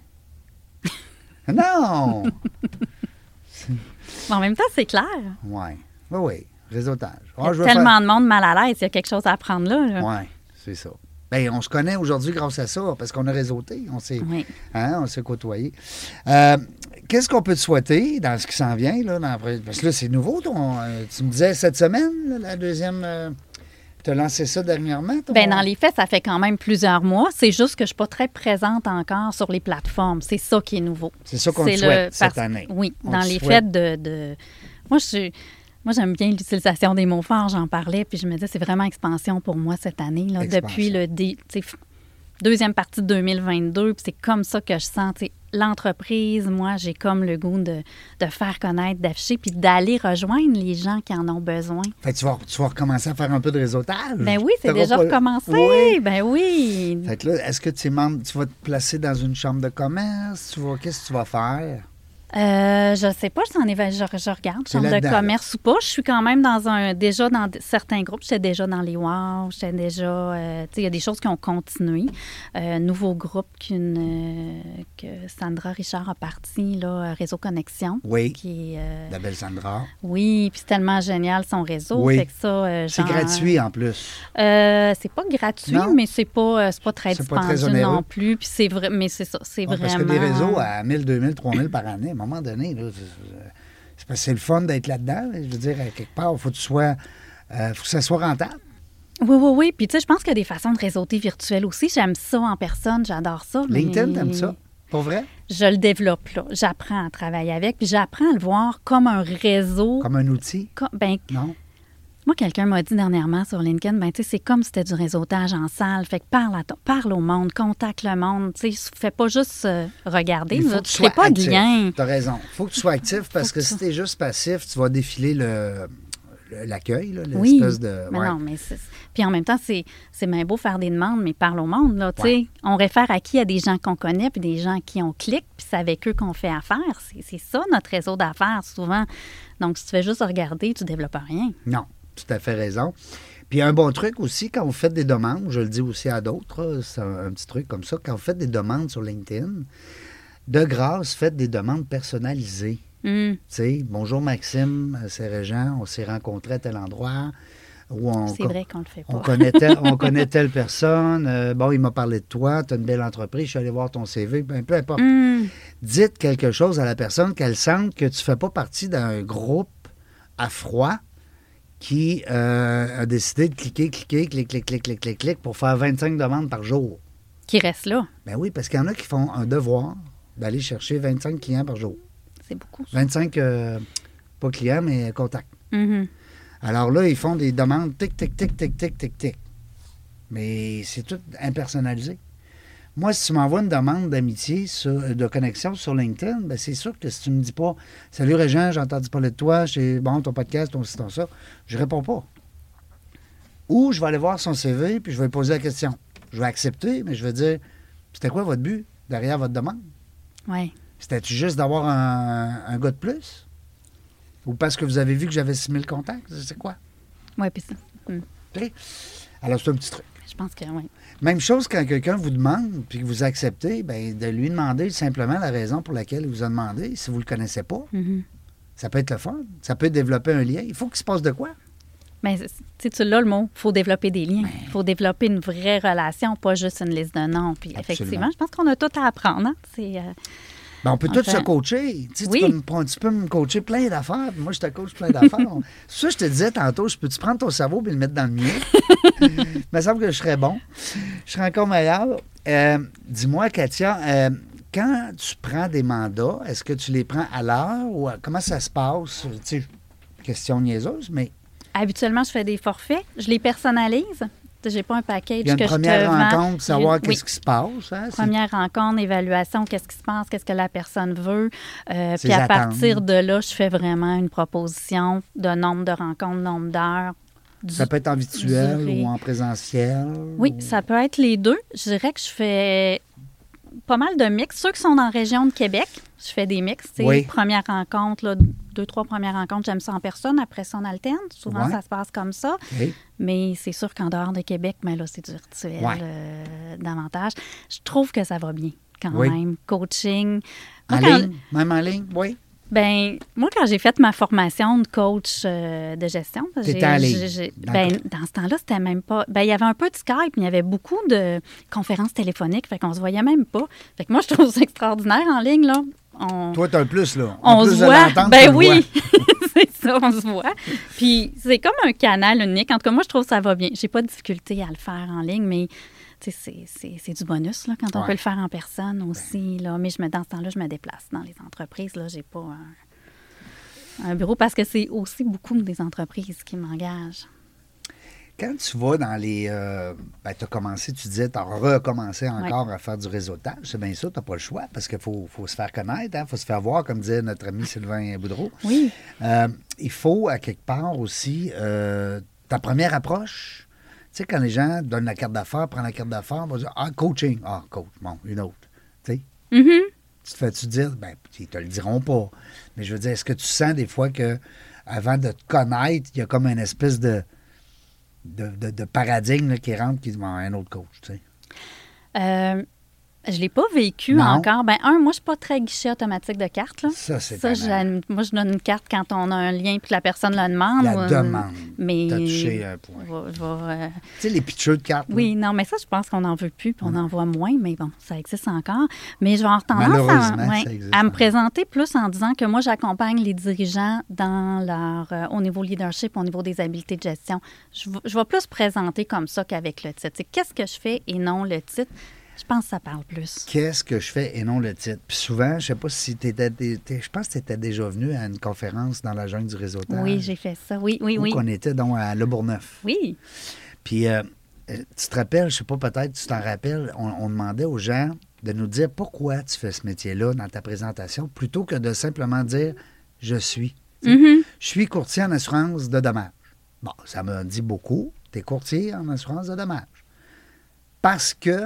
Non! Mais en même temps, c'est clair. Oui. Oui. Réseautage. Il y a tellement de monde mal à l'aise. Il y a quelque chose à apprendre là. Oui, c'est ça. Bien, on se connaît aujourd'hui grâce à ça, parce qu'on a réseauté. On s'est côtoyé. Qu'est-ce qu'on peut te souhaiter dans ce qui s'en vient? Là, parce que là, c'est nouveau. Tu me disais cette semaine, là, la deuxième... tu as lancé ça dernièrement? Bien, dans les faits, ça fait quand même plusieurs mois. C'est juste que je ne suis pas très présente encore sur les plateformes. C'est ça qui est nouveau. C'est ça qu'on te souhaite cette année. Oui, On dans te les souhaite. faits de... Moi, j'aime bien l'utilisation des mots forts, j'en parlais, puis je me disais, c'est vraiment expansion pour moi cette année, là, depuis deuxième partie de 2022, puis c'est comme ça que je sens, l'entreprise, moi, j'ai comme le goût de faire connaître, d'afficher, puis d'aller rejoindre les gens qui en ont besoin. Fait que tu vas recommencer à faire un peu de réseautage. Ben oui, c'est T'auras déjà pas- recommencé. Oui. Ben oui. Fait que là, est-ce que tu vas te placer dans une chambre de commerce? Qu'est-ce que tu vas faire? Je sais pas, je regarde, C'est chambre de là-dedans, commerce ou pas. Je suis quand même déjà dans certains groupes. J'étais déjà dans les WOW, j'étais déjà... il y a des choses qui ont continué. Nouveau groupe que Sandra Richard a parti, là, Réseau Connexion. Oui. Qui est, La belle Sandra. oui, puis c'est tellement génial son réseau. Oui. Fait que ça, C'est gratuit en plus. c'est pas gratuit, Non? mais c'est pas très C'est pas très dispendieux onéreux. non plus. Puis c'est vrai, mais c'est ça, c'est Ouais, vraiment... Parce que des réseaux à 1000, 2000, 3000 par année, à un moment donné, là, c'est parce que c'est le fun d'être là-dedans. Je veux dire, à quelque part, il faut que ça soit rentable. Oui. Puis, tu sais, je pense qu'il y a des façons de réseauter virtuel aussi. J'aime ça en personne, j'adore ça. mais LinkedIn, t'aimes ça? Pour vrai? Je le développe, là. J'apprends à travailler avec, puis j'apprends à le voir comme un réseau. Comme un outil? Non? Moi, quelqu'un m'a dit dernièrement sur LinkedIn, ben, tu sais, c'est comme si c'était du réseautage en salle. Fait que parle au monde, contacte le monde. Tu sais, fais pas juste regarder. Il faut Là, que tu tu sois fais pas de actif. lien. Tu as raison. Il faut que tu sois actif parce que si tu es juste passif, tu vas défiler l'accueil, là, Oui, l'espèce de... mais ouais. non, mais puis en même temps, c'est bien beau faire des demandes, mais parle au monde, là, tu sais. Ouais. On réfère à qui? À des gens qu'on connaît, puis des gens qui on clique, puis c'est avec eux qu'on fait affaire. C'est ça, notre réseau d'affaires, souvent. Donc, si tu fais juste regarder, tu développes rien. Non. tout à fait raison. Puis un bon truc aussi, quand vous faites des demandes, je le dis aussi à d'autres, là, c'est un petit truc comme ça, quand vous faites des demandes sur LinkedIn, de grâce, faites des demandes personnalisées. Tu sais, bonjour Maxime, c'est Régent, on s'est rencontrés à tel endroit. C'est vrai qu'on le fait pas. On connaît telle personne. Bon, il m'a parlé de toi, tu as une belle entreprise, je suis allé voir ton CV, ben, peu importe. Dites quelque chose à la personne qu'elle sente que tu ne fais pas partie d'un groupe à froid qui a décidé de cliquer pour faire 25 demandes par jour. Qui reste là. Ben oui, parce qu'il y en a qui font un devoir d'aller chercher 25 clients par jour. C'est beaucoup. Ça. 25, pas clients, mais contacts. Alors là, ils font des demandes tic. Mais c'est tout impersonnalisé. Moi, si tu m'envoies une demande d'amitié, de connexion sur LinkedIn, bien, c'est sûr que si tu ne me dis pas « Salut Régent, j'ai entendu parler de toi, bon, ton podcast, ton ci, ton ça », je ne réponds pas. Ou je vais aller voir son CV, puis je vais lui poser la question. Je vais accepter, mais je vais dire « C'était quoi votre but derrière votre demande? » Oui. C'était-tu juste d'avoir un gars de plus? Ou parce que vous avez vu que j'avais 6000 contacts? C'est quoi? Oui, puis ça. Okay. Alors, c'est un petit truc. Je pense que oui. Même chose quand quelqu'un vous demande, puis que vous acceptez, bien, de lui demander simplement la raison pour laquelle il vous a demandé, si vous ne le connaissez pas. Ça peut être le fun. Ça peut développer un lien. Il faut qu'il se passe de quoi? Bien, tu l'as le mot. Il faut développer des liens. Il faut développer une vraie relation, pas juste une liste de noms. Puis effectivement, je pense qu'on a tout à apprendre. Hein? Ben, on peut tous se coacher. Oui. Tu peux me coacher plein d'affaires. Moi, je te coach plein d'affaires. C'est ça que je te disais tantôt. Je peux-tu prendre ton cerveau et le mettre dans le mien? Il me semble que je serais bon. Je serais encore meilleur. Dis-moi, Katia, quand tu prends des mandats, est-ce que tu les prends à l'heure ou comment ça se passe? Tu sais, question niaiseuse, mais... Habituellement, je fais des forfaits. Je les personnalise. J'ai pas un package que je te vends. Il y a une première rencontre, savoir qu'est-ce qui se passe. Hein? Première rencontre, évaluation, qu'est-ce qui se passe, qu'est-ce que la personne veut. Puis à partir de là, je fais vraiment une proposition de nombre de rencontres, nombre d'heures. Ça peut être en virtuel ou en présentiel? Oui, ça peut être les deux. Je dirais que je fais pas mal de mix. Ceux qui sont dans la région de Québec, je fais des mix. Oui. Première rencontre, là, 2-3 premières rencontres, j'aime ça en personne. Après ça, on alterne. Souvent, ça se passe comme ça. Okay. Mais c'est sûr qu'en dehors de Québec, mais là, c'est du virtuel davantage. Je trouve que ça va bien quand même. Coaching. Ligne? Même en ligne, oui. Bien, moi, quand j'ai fait ma formation de coach de gestion, t'étais en ligne. Dans ce temps-là, c'était même pas... Bien, il y avait un peu de Skype, mais il y avait beaucoup de conférences téléphoniques, fait qu'on se voyait même pas. Fait que moi, je trouve ça extraordinaire en ligne, là. Toi, t'as le plus, là. On se voit. Ben oui, c'est ça, on se voit. Puis, c'est comme un canal unique. En tout cas, moi, je trouve que ça va bien. J'ai pas de difficulté à le faire en ligne, mais... C'est du bonus là, quand on peut le faire en personne aussi. Là. Mais dans ce temps-là, je me déplace dans les entreprises. Je n'ai pas un bureau parce que c'est aussi beaucoup des entreprises qui m'engagent. Quand tu vas dans les... tu as commencé, tu disais, tu as recommencé encore à faire du réseautage. C'est bien ça, tu n'as pas le choix parce qu'il faut se faire connaître, il faut se faire voir, comme disait notre ami Sylvain Boudreau. Oui. Il faut, à quelque part aussi, ta première approche... Tu sais, quand les gens donnent la carte d'affaires, prennent la carte d'affaires, on va dire « Ah, coaching. Ah, coach. Bon, une autre. » Tu sais? Tu te fais-tu dire? Bien, ils te le diront pas. Mais je veux dire, est-ce que tu sens des fois que avant de te connaître, il y a comme une espèce de paradigme là, qui rentre, qui dit « un autre coach. » Tu sais? Je ne l'ai pas vécu encore. Ben moi, je ne suis pas très guichet automatique de carte. Là. Ça, c'est moi, je donne une carte quand on a un lien puis que la personne le demande. La demande. Mais tu as touché un point. Tu sais, les pitchers de cartes. Oui, non, mais ça, je pense qu'on n'en veut plus puis on en voit moins. Mais bon, ça existe encore. Mais je vais avoir tendance à me présenter plus en disant que moi, j'accompagne les dirigeants dans leur au niveau leadership, au niveau des habiletés de gestion. Je vais plus présenter comme ça qu'avec le titre. Qu'est-ce que je fais et non le titre? Je pense que ça parle plus. Qu'est-ce que je fais et non le titre? Puis souvent, je ne sais pas si je pense que tu étais déjà venu à une conférence dans la jungle du réseautage. Oui, j'ai fait ça. Oui. On était donc à Le Bourgneuf. Oui. Puis, tu te rappelles, je ne sais pas, peut-être tu t'en rappelles, on demandait aux gens de nous dire pourquoi tu fais ce métier-là dans ta présentation, plutôt que de simplement dire « je suis ». Je suis courtier en assurance de dommages. Bon, ça m'a dit beaucoup. Tu es courtier en assurance de dommages. Parce que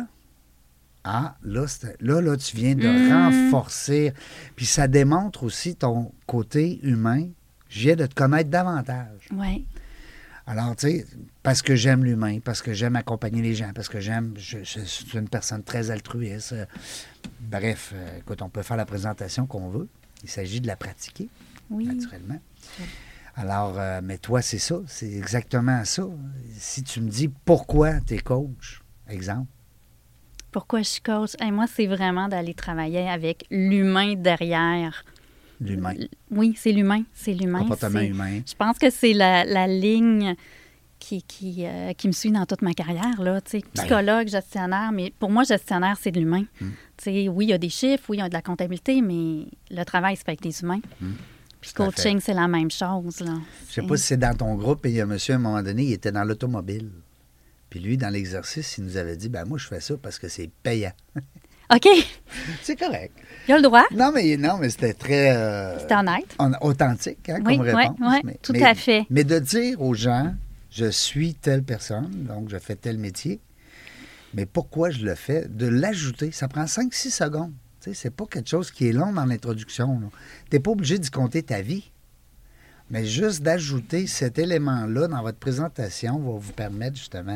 là, tu viens de renforcer. Puis ça démontre aussi ton côté humain. Je viens de te connaître davantage. Oui. Alors, tu sais, parce que j'aime l'humain, parce que j'aime accompagner les gens, parce que je suis une personne très altruiste. Bref, écoute, on peut faire la présentation qu'on veut. Il s'agit de la pratiquer, naturellement. Oui. Alors, mais toi, c'est ça, c'est exactement ça. Si tu me dis pourquoi tu es coach, exemple. Pourquoi je suis coach? Moi, c'est vraiment d'aller travailler avec l'humain derrière. L'humain. Oui, c'est l'humain. C'est l'humain. Comportement humain. Je pense que c'est la ligne qui me suit dans toute ma carrière. Là, psychologue, gestionnaire, mais pour moi, gestionnaire, c'est de l'humain. Oui, il y a des chiffres, oui, il y a de la comptabilité, mais le travail, c'est fait avec des humains. Puis coaching, c'est la même chose. Là. Je sais pas si c'est dans ton groupe, et il y a un monsieur, à un moment donné, il était dans l'automobile. Puis lui, dans l'exercice, il nous avait dit, moi, je fais ça parce que c'est payant. OK. C'est correct. Il a le droit. Non, mais c'était très... C'était honnête. Authentique, comme réponse. Oui, tout à fait. Mais de dire aux gens, je suis telle personne, donc je fais tel métier, mais pourquoi je le fais? De l'ajouter, ça prend 5-6 secondes. Tu sais, c'est pas quelque chose qui est long dans l'introduction. Tu n'es pas obligé d'y compter ta vie. Mais juste d'ajouter cet élément-là dans votre présentation va vous permettre justement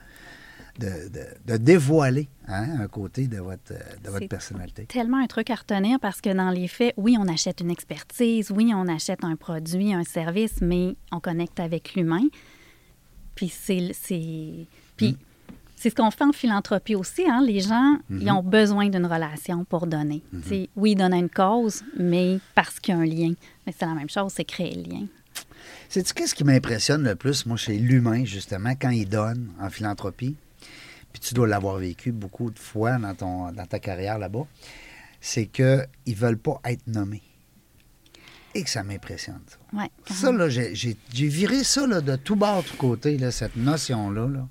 de dévoiler un côté de votre personnalité. C'est tellement un truc à retenir parce que dans les faits, oui, on achète une expertise, oui, on achète un produit, un service, mais on connecte avec l'humain. Puis c'est ce qu'on fait en philanthropie aussi. Les gens, ils ont besoin d'une relation pour donner. Oui, ils donnent à une cause, mais parce qu'il y a un lien. Mais c'est la même chose, c'est créer le lien. Sais-tu qu'est-ce qui m'impressionne le plus, moi, chez l'humain, justement, quand il donne en philanthropie, puis tu dois l'avoir vécu beaucoup de fois dans ta carrière là-bas, c'est qu'ils ne veulent pas être nommés. Et que ça m'impressionne, ça. Ouais, ça, là, j'ai viré ça là, de tout bord, tout côté, là, cette notion-là. Là.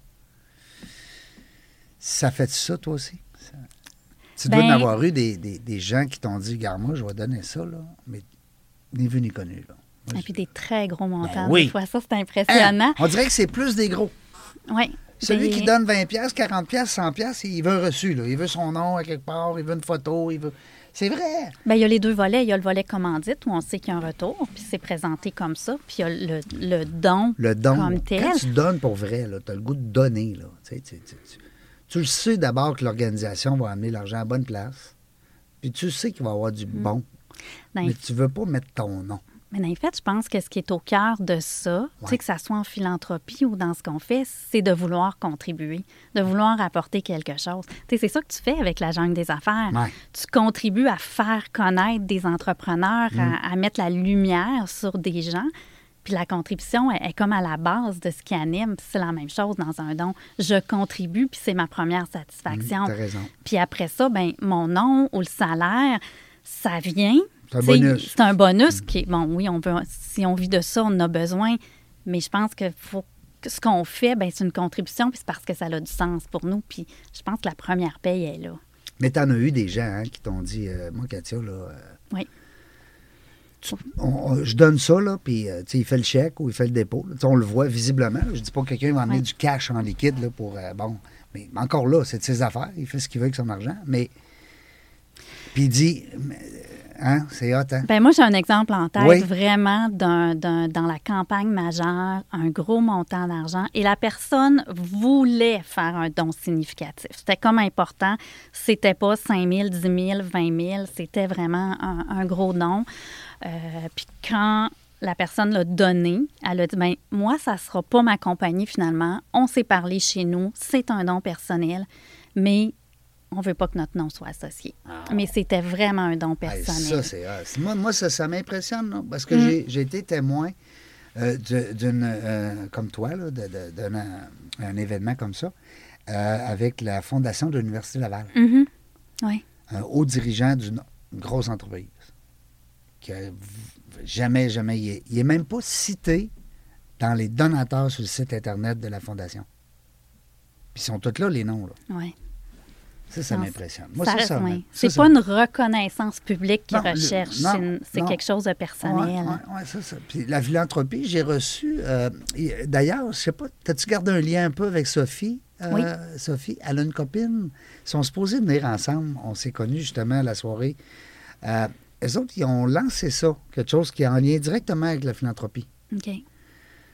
Ça fait ça, toi aussi? Tu dois en avoir eu des gens qui t'ont dit, regarde, moi, je vais donner ça, là, mais ni vu ni connu. Là. Moi, et puis des très gros montants. Oui. Des fois, ça, c'est impressionnant. On dirait que c'est plus des gros. Oui. Celui qui donne 20$, 40$, 100$, il veut un reçu. Là. Il veut son nom à quelque part, il veut une photo, il veut... C'est vrai. Bien, il y a les deux volets. Il y a le volet commandite où on sait qu'il y a un retour, puis c'est présenté comme ça. Puis il y a le don comme tel. Quand tu donnes pour vrai, tu as le goût de donner. Là. Tu le sais d'abord que l'organisation va amener l'argent à la bonne place. Puis tu sais qu'il va y avoir du bon. Mais tu ne veux pas mettre ton nom. Mais en fait, je pense que ce qui est au cœur de ça, que ça soit en philanthropie ou dans ce qu'on fait, c'est de vouloir contribuer, de vouloir apporter quelque chose. C'est ça que tu fais avec la jungle des affaires. Ouais. Tu contribues à faire connaître des entrepreneurs, à mettre la lumière sur des gens. Puis la contribution est comme à la base de ce qui anime. Puis c'est la même chose dans un don. Je contribue, puis c'est ma première satisfaction. T'as raison. Puis après ça, mon nom ou le salaire, ça vient... C'est un bonus. C'est un bonus qui est... Bon, oui, si on vit de ça, on en a besoin. Mais je pense que ce qu'on fait, c'est une contribution, puis c'est parce que ça a du sens pour nous. Puis je pense que la première paye est là. Mais t'en as eu des gens qui t'ont dit, moi, Katia, là... Oui. Je donne ça, là, puis il fait le chèque ou il fait le dépôt. On le voit visiblement. Je dis pas que quelqu'un va amener du cash en liquide là, pour... mais encore là, c'est de ses affaires. Il fait ce qu'il veut avec son argent. Mais... Puis il dit... c'est hot, hein? Moi, j'ai un exemple en tête, vraiment, dans la campagne majeure, un gros montant d'argent. Et la personne voulait faire un don significatif. C'était comme important. C'était pas 5 000, 10 000, 20 000. C'était vraiment un gros don. Puis quand la personne l'a donné, elle a dit, moi, ça sera pas ma compagnie, finalement. On s'est parlé chez nous. C'est un don personnel. Mais... on ne veut pas que notre nom soit associé. Mais c'était vraiment un don personnel. Moi, ça m'impressionne, là, parce que j'ai été témoin comme toi, là, d'un événement comme ça, avec la fondation de l'Université Laval. Oui. Un haut dirigeant d'une grosse entreprise. Qui a jamais, il n'est même pas cité dans les donateurs sur le site Internet de la fondation. Puis ils sont tous là, les noms. Oui. Ça m'impressionne. Moi, c'est pas une reconnaissance publique qu'ils recherchent. C'est quelque chose de personnel. Oui, c'est ça. Puis la philanthropie, j'ai reçu... d'ailleurs, je sais pas, t'as-tu gardé un lien un peu avec Sophie? Oui. Sophie, elle a une copine. Ils sont supposés venir ensemble. On s'est connus justement à la soirée. Eux autres, ils ont lancé ça, quelque chose qui est en lien directement avec la philanthropie. OK.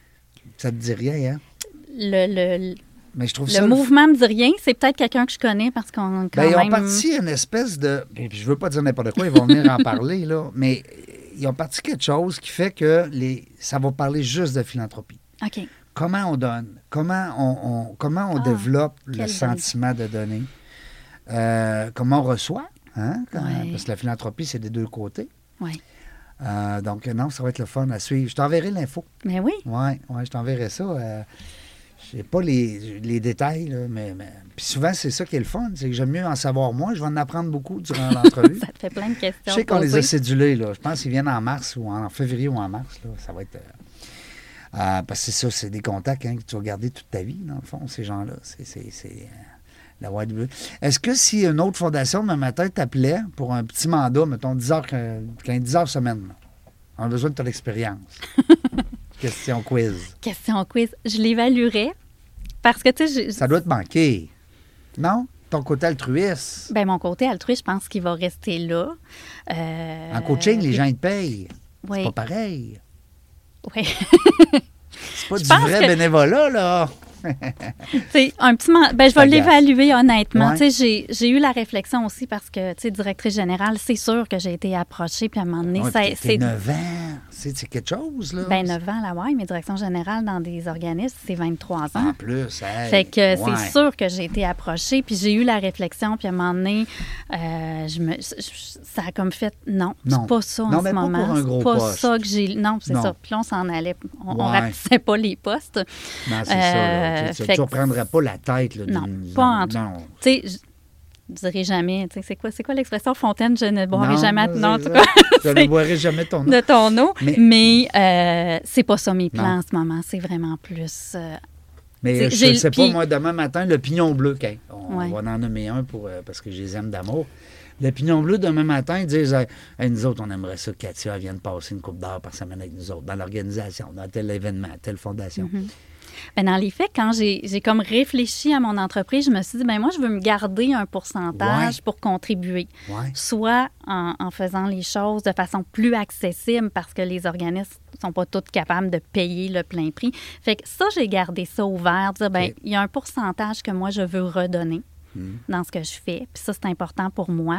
Ça te dit rien, hein? Mais je trouve Le mouvement me dit rien. C'est peut-être quelqu'un que je connais parce qu'on quand Ils même... ont parti une espèce de... Puis je veux pas dire n'importe quoi, ils vont venir en parler, là. Mais ils ont parti quelque chose qui fait que ça va parler juste de philanthropie. OK. Comment on donne? Comment on développe le sentiment de donner? Comment on reçoit? Hein? Parce que la philanthropie, c'est des deux côtés. Oui. Donc, non, ça va être le fun à suivre. Je t'enverrai l'info. Mais oui. Oui, je t'enverrai ça. Je n'ai pas les détails, là, mais puis souvent, c'est ça qui est le fun. C'est que j'aime mieux en savoir moins. Je vais en apprendre beaucoup durant l'entrevue. Ça te fait plein de questions. Je sais qu'on les a cédulés. Là. Je pense qu'ils viennent en mars ou en février ou en mars. Là. Ça va être... parce que c'est ça, c'est des contacts que tu vas garder toute ta vie, dans le fond, ces gens-là. C'est la White Blue. Est-ce que si une autre fondation, demain matin, t'appelait pour un petit mandat, mettons 10 heures semaine, là, on a besoin de ton expérience? Question quiz. Question quiz. Je l'évaluerais parce que, tu sais... Ça doit te manquer. Non? Ton côté altruiste. Bien, mon côté altruiste, je pense qu'il va rester là. En coaching, les gens, ils te payent. Oui. C'est pas pareil. Oui. C'est pas du vrai bénévolat, là. Un petit je vais l'évaluer honnêtement. Ouais. J'ai eu la réflexion aussi parce que, directrice générale, c'est sûr que j'ai été approchée, puis à un moment donné, c'est 9 ans. C'est quelque chose, là. Ben 9 ans, là, oui, mais direction générale dans des organismes, c'est 23 ans. En plus, hey, fait que c'est sûr que j'ai été approchée, puis j'ai eu la réflexion, puis à un moment donné, ça a comme fait, non, c'est pas ça en ce moment. Pour un gros pas poste. ça que j'ai... Non, c'est ça. Puis là, on s'en allait. On rapetissait pas les postes. Non, c'est ça. Tu ne reprendrais pas la tête. Là, non, pas en tout. Tu sais, je dirais jamais. C'est quoi l'expression Fontaine? Je ne boirai jamais. Non, en tout cas. Je ne boirai jamais ton eau. De ton eau. Mais c'est pas ça mes plans en ce moment. C'est vraiment plus. Mais je ne sais pas, moi, demain matin, le pignon bleu, on va en nommer un parce que je les aime d'amour. Le pignon bleu, demain matin, ils disent hey, nous autres, on aimerait ça que Katia vienne passer une coupe d'heure par semaine avec nous autres, dans l'organisation, dans tel événement, telle fondation. Mm-hmm. Bien, dans les faits, quand j'ai comme réfléchi à mon entreprise, je me suis dit, moi, je veux me garder un pourcentage pour contribuer. Ouais. Soit en faisant les choses de façon plus accessible parce que les organismes ne sont pas tous capables de payer le plein prix. Fait que ça, j'ai gardé ça ouvert, dire, il y a un pourcentage que moi, je veux redonner dans ce que je fais. Puis ça, c'est important pour moi.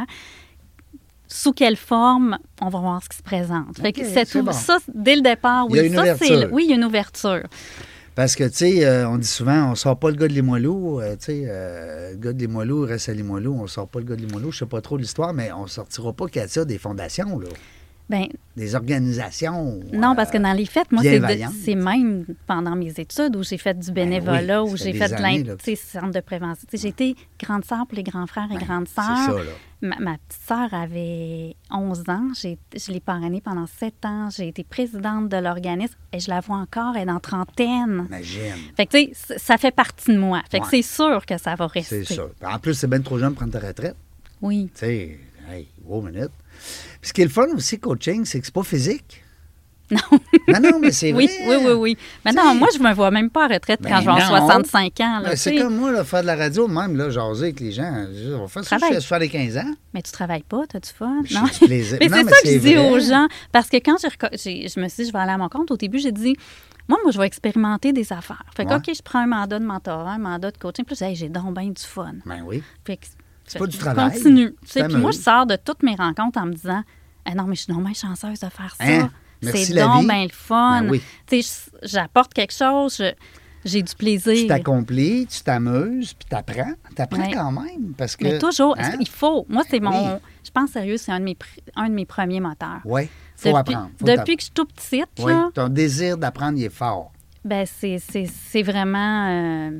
Sous quelle forme, on va voir ce qui se présente. Fait que c'est tout. Bon. Ça, dès le départ, oui. Il y a une ouverture. Oui, il y a une ouverture. Parce que, tu sais, on dit souvent, on ne sort pas le gars de Limoilou. Tu sais, le gars de Limoilou reste à Limoilou. On ne sort pas le gars de Limoilou. Je ne sais pas trop l'histoire, mais on ne sortira pas Katia des fondations, là. Bien, des organisations. Non, parce que dans les faits, moi, c'est même pendant mes études où j'ai fait du bénévolat, où j'ai fait de centre de prévention. J'ai été grande sœur pour les grands frères et grandes sœurs. C'est ça, là. Ma petite sœur avait 11 ans. Je l'ai parrainée pendant 7 ans. J'ai été présidente de l'organisme et je la vois encore, elle est dans trentaine. Imagine. Fait que, tu sais, ça fait partie de moi. Fait que c'est sûr que ça va rester. C'est sûr. En plus, c'est bien trop jeune de prendre ta retraite. Oui. Tu sais, hey, wow, minute. Puis ce qui est le fun aussi, coaching, c'est que c'est pas physique. Non. Non, mais c'est vrai. Oui. Mais non, moi, je me vois même pas en retraite quand je vais avoir 65 ans. Là, c'est comme moi, là, faire de la radio, même, là, jaser avec les gens. On va faire ça jusqu'à 75 ans. Mais tu travailles pas, t'as du fun. Non? Du plaisir. Mais c'est ça que je dis aux gens. Parce que quand je me suis dit, je vais aller à mon compte, au début, j'ai dit, moi, je vais expérimenter des affaires. Fait que, OK, je prends un mandat de mentorat, un mandat de coaching. Puis j'ai donc bien du fun. Ben oui. Fait que, c'est pas du travail. Continue. Puis moi, je sors de toutes mes rencontres en me disant, non, mais je suis donc bien chanceuse de faire ça. Hein? Merci c'est donc bien le fun. Ben oui. J'apporte quelque chose, j'ai du plaisir. Tu t'accomplis, tu t'amuses, puis t'apprends. T'apprends quand même. Parce que, mais toujours, il faut. Moi, c'est je pense sérieux, c'est un de mes premiers moteurs. Oui, il faut apprendre. Depuis que je suis tout petite. Oui, ton désir d'apprendre, il est fort. Bien, c'est vraiment...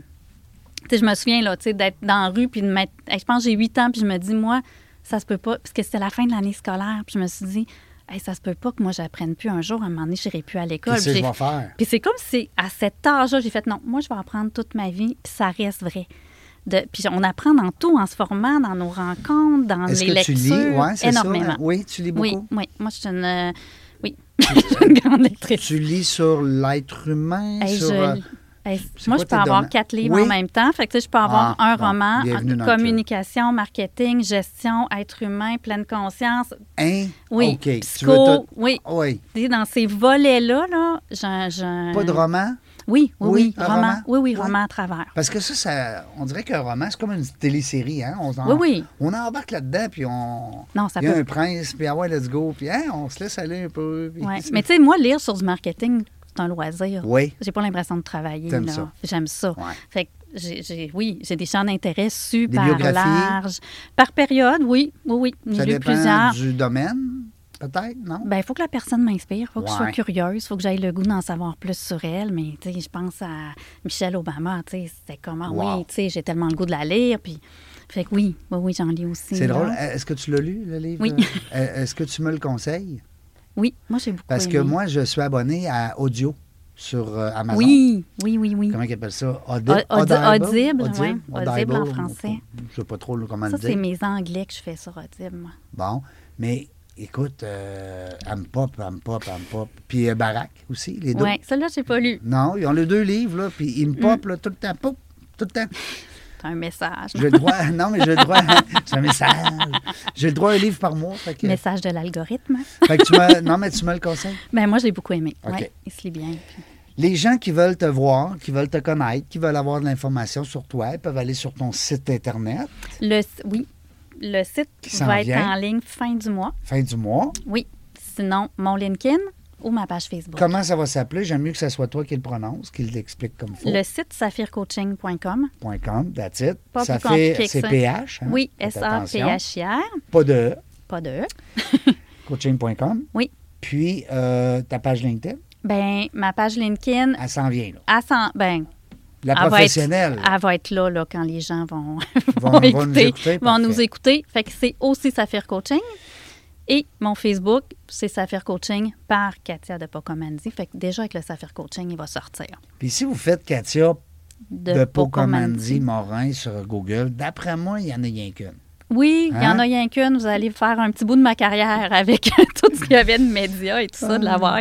je me souviens là, d'être dans la rue, puis de mettre... Je pense que j'ai 8 ans, puis je me dis, moi, ça se peut pas, parce que c'était la fin de l'année scolaire, puis je me suis dit... ça se peut pas que moi, j'apprenne plus un jour. À un moment donné, je n'irai plus à l'école. Qu'est-ce que je vais faire? Puis c'est comme si, à cet âge-là, j'ai fait, non, moi, je vais apprendre toute ma vie, puis ça reste vrai. Puis on apprend dans tout, en se formant, dans nos rencontres, dans les lectures. Est-ce que tu lis? Oui, c'est énormément. Ça. Oui, tu lis beaucoup? Oui. Moi, je suis une... Oui, une grande lectrice. Tu lis sur l'être humain? Moi, je peux avoir 4 livres en même temps. Fait que, je peux avoir un roman, communication, marketing, gestion, être humain, pleine conscience. Oui, OK. psycho, oui. Dans ces volets-là, là, Pas de roman? Oui, oui, oui. un Roman. roman? Oui, oui, Ouais. roman à travers. Parce que ça, on dirait qu'un roman, c'est comme une télésérie, hein? Oui, oui. On embarque là-dedans, puis on... Non, ça il y a peut. un prince, puis ah ouais, let's go, puis hein, on se laisse aller un peu. Puis... Ouais. Mais tu sais, moi, lire sur du marketing, c'est un loisir. Oui. J'ai pas l'impression de travailler. T'aimes Là. ça? J'aime ça. Ouais. Fait que j'ai des champs d'intérêt super biographies? larges. Par période, oui. Oui, oui. Ça J'ai lu dépend plusieurs. du domaine, peut-être, non? Ben, il faut que la personne m'inspire, il faut que je sois Ouais. curieuse, il faut que j'aille le goût d'en savoir plus sur elle. Mais, tu sais, je pense à Michelle Obama, tu sais, c'était comment, Wow. oui, tu sais, j'ai tellement le goût de la lire, puis... Fait que oui, j'en lis aussi. C'est là. drôle. Est-ce que tu l'as lu, le livre? Oui. Est-ce que tu me le conseilles? Oui, moi, j'ai beaucoup Parce que aimé. moi, je suis abonné à Audio sur Amazon. Oui. Comment ils appellent ça? Audible, oui. Audible en français. Je ne sais pas trop comment Ça, le c'est dire. mes anglais que je fais sur Audible, moi. Bon, mais écoute, elle me pop. Puis Barack aussi, les deux. Oui, celle-là, j'ai pas lu. Non, ils ont les deux livres, là, puis ils me pop là, tout le temps. Pop, tout le temps. C'est un message. J'ai le droit. Non, mais j'ai le droit. C'est un message. J'ai le droit à un livre par mois. Fait que, Message de l'algorithme. fait que tu me. Non, mais tu me le conseilles. Ben moi, j'ai beaucoup aimé. OK. Oui, il se lit bien. Puis- Les gens qui veulent te voir, qui veulent te connaître, qui veulent avoir de l'information sur toi, ils peuvent aller sur ton site Internet, Oui, le site Qui s'en va être vient. en ligne fin du mois. fin du mois. Oui. Sinon, mon LinkedIn ou ma page Facebook. Comment ça va s'appeler? J'aime mieux que ce soit toi qui le prononce, qui l'explique comme il faut. Le site saphirecoaching.com. .com, that's it. Pas Ça plus compliqué que c'est ça. PH. Hein? Oui, Faites attention. SAPHIR. Pas de E. Pas de E. Coaching.com. Oui. Puis, ta page LinkedIn, Ben, ma page LinkedIn, elle s'en vient, là. ben, La elle professionnelle. elle va être là quand les gens vont, Vont nous écouter, écouter, vont nous parfait. écouter. Fait que c'est aussi Saphir Coaching. Et mon Facebook, c'est Saphir Coaching par Katia de Pocomandi. Fait que déjà, avec le Saphir Coaching, il va sortir. Puis si vous faites Katia de Pocomandi Pocomandi. Morin sur Google, d'après moi, il n'y en a rien qu'une. Oui, il y en Hein? a rien qu'une. Vous allez faire un petit bout de ma carrière avec tout ce qu'il y avait de médias et tout ça, de la voir.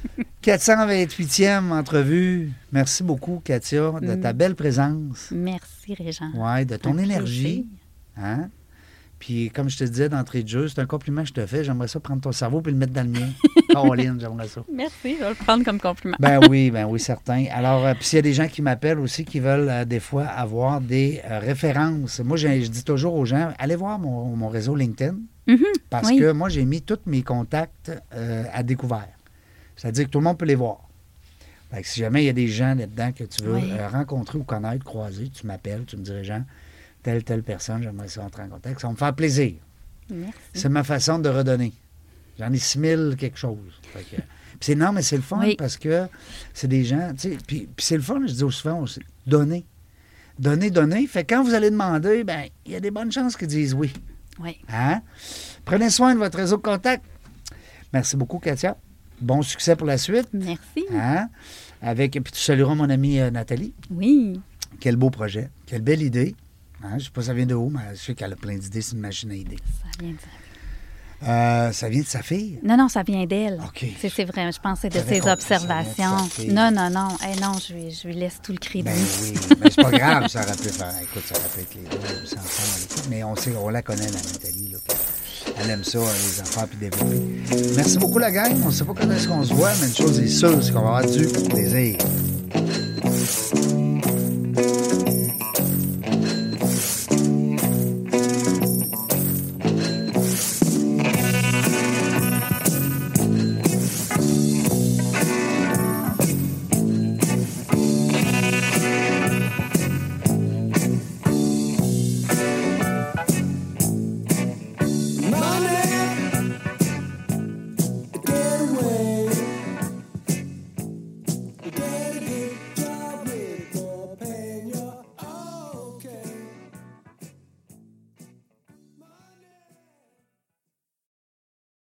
428e entrevue. Merci beaucoup, Katia, de ta belle présence. Merci, Régent. Ouais, de ton Un énergie. Hein? Puis, comme je te disais d'entrée de jeu, c'est un compliment que je te fais. J'aimerais ça prendre ton cerveau et le mettre dans le mien. Caroline, j'aimerais ça. Merci, je vais le prendre comme compliment. Ben oui, certain. Alors, puis s'il y a des gens qui m'appellent aussi, qui veulent des fois avoir des références. Moi, je dis toujours aux gens, allez voir mon réseau LinkedIn, parce oui. que moi, j'ai mis tous mes contacts à découvert. C'est-à-dire que tout le monde peut les voir. Fait que si jamais il y a des gens là-dedans que tu veux Oui. rencontrer ou connaître, croiser, tu m'appelles, tu me dirais, Jean, telle personne, j'aimerais ça entrer en contact. Ça va me faire plaisir. Merci. C'est ma façon de redonner. J'en ai 6000 quelque chose. Fait que- puis c'est non, mais c'est le fun Oui. parce que c'est des gens, tu sais, puis c'est le fun, je dis souvent aussi, donner. Donner. Fait que quand vous allez demander, ben il y a des bonnes chances qu'ils disent oui. Oui. Hein? Prenez soin de votre réseau de contact. Merci beaucoup, Katia. Bon succès pour la suite. Merci. Hein? Puis tu salueras mon amie Nathalie. Oui. Quel beau projet. Quelle belle idée. Hein? Je ne sais pas ça vient de où, mais je sais qu'elle a plein d'idées. C'est une machine à idées. Ça vient de Ça vient de sa fille? Non, ça vient d'elle. OK. C'est vrai, je pense que c'est de J'avais ses compris, observations. ça vient de sa fille. Non. Non, je lui laisse tout le crédit. Ben oui, mais c'est pas grave, ça aurait pu faire. Écoute, ça aurait pu être les deux aussi ensemble. à l'écoute, Mais on la connaît, la Nathalie. Là, elle aime ça, les affaires puis développer. Merci beaucoup, la gang. On ne sait pas quand est-ce qu'on se voit, mais une chose est sûre, c'est qu'on va avoir du plaisir.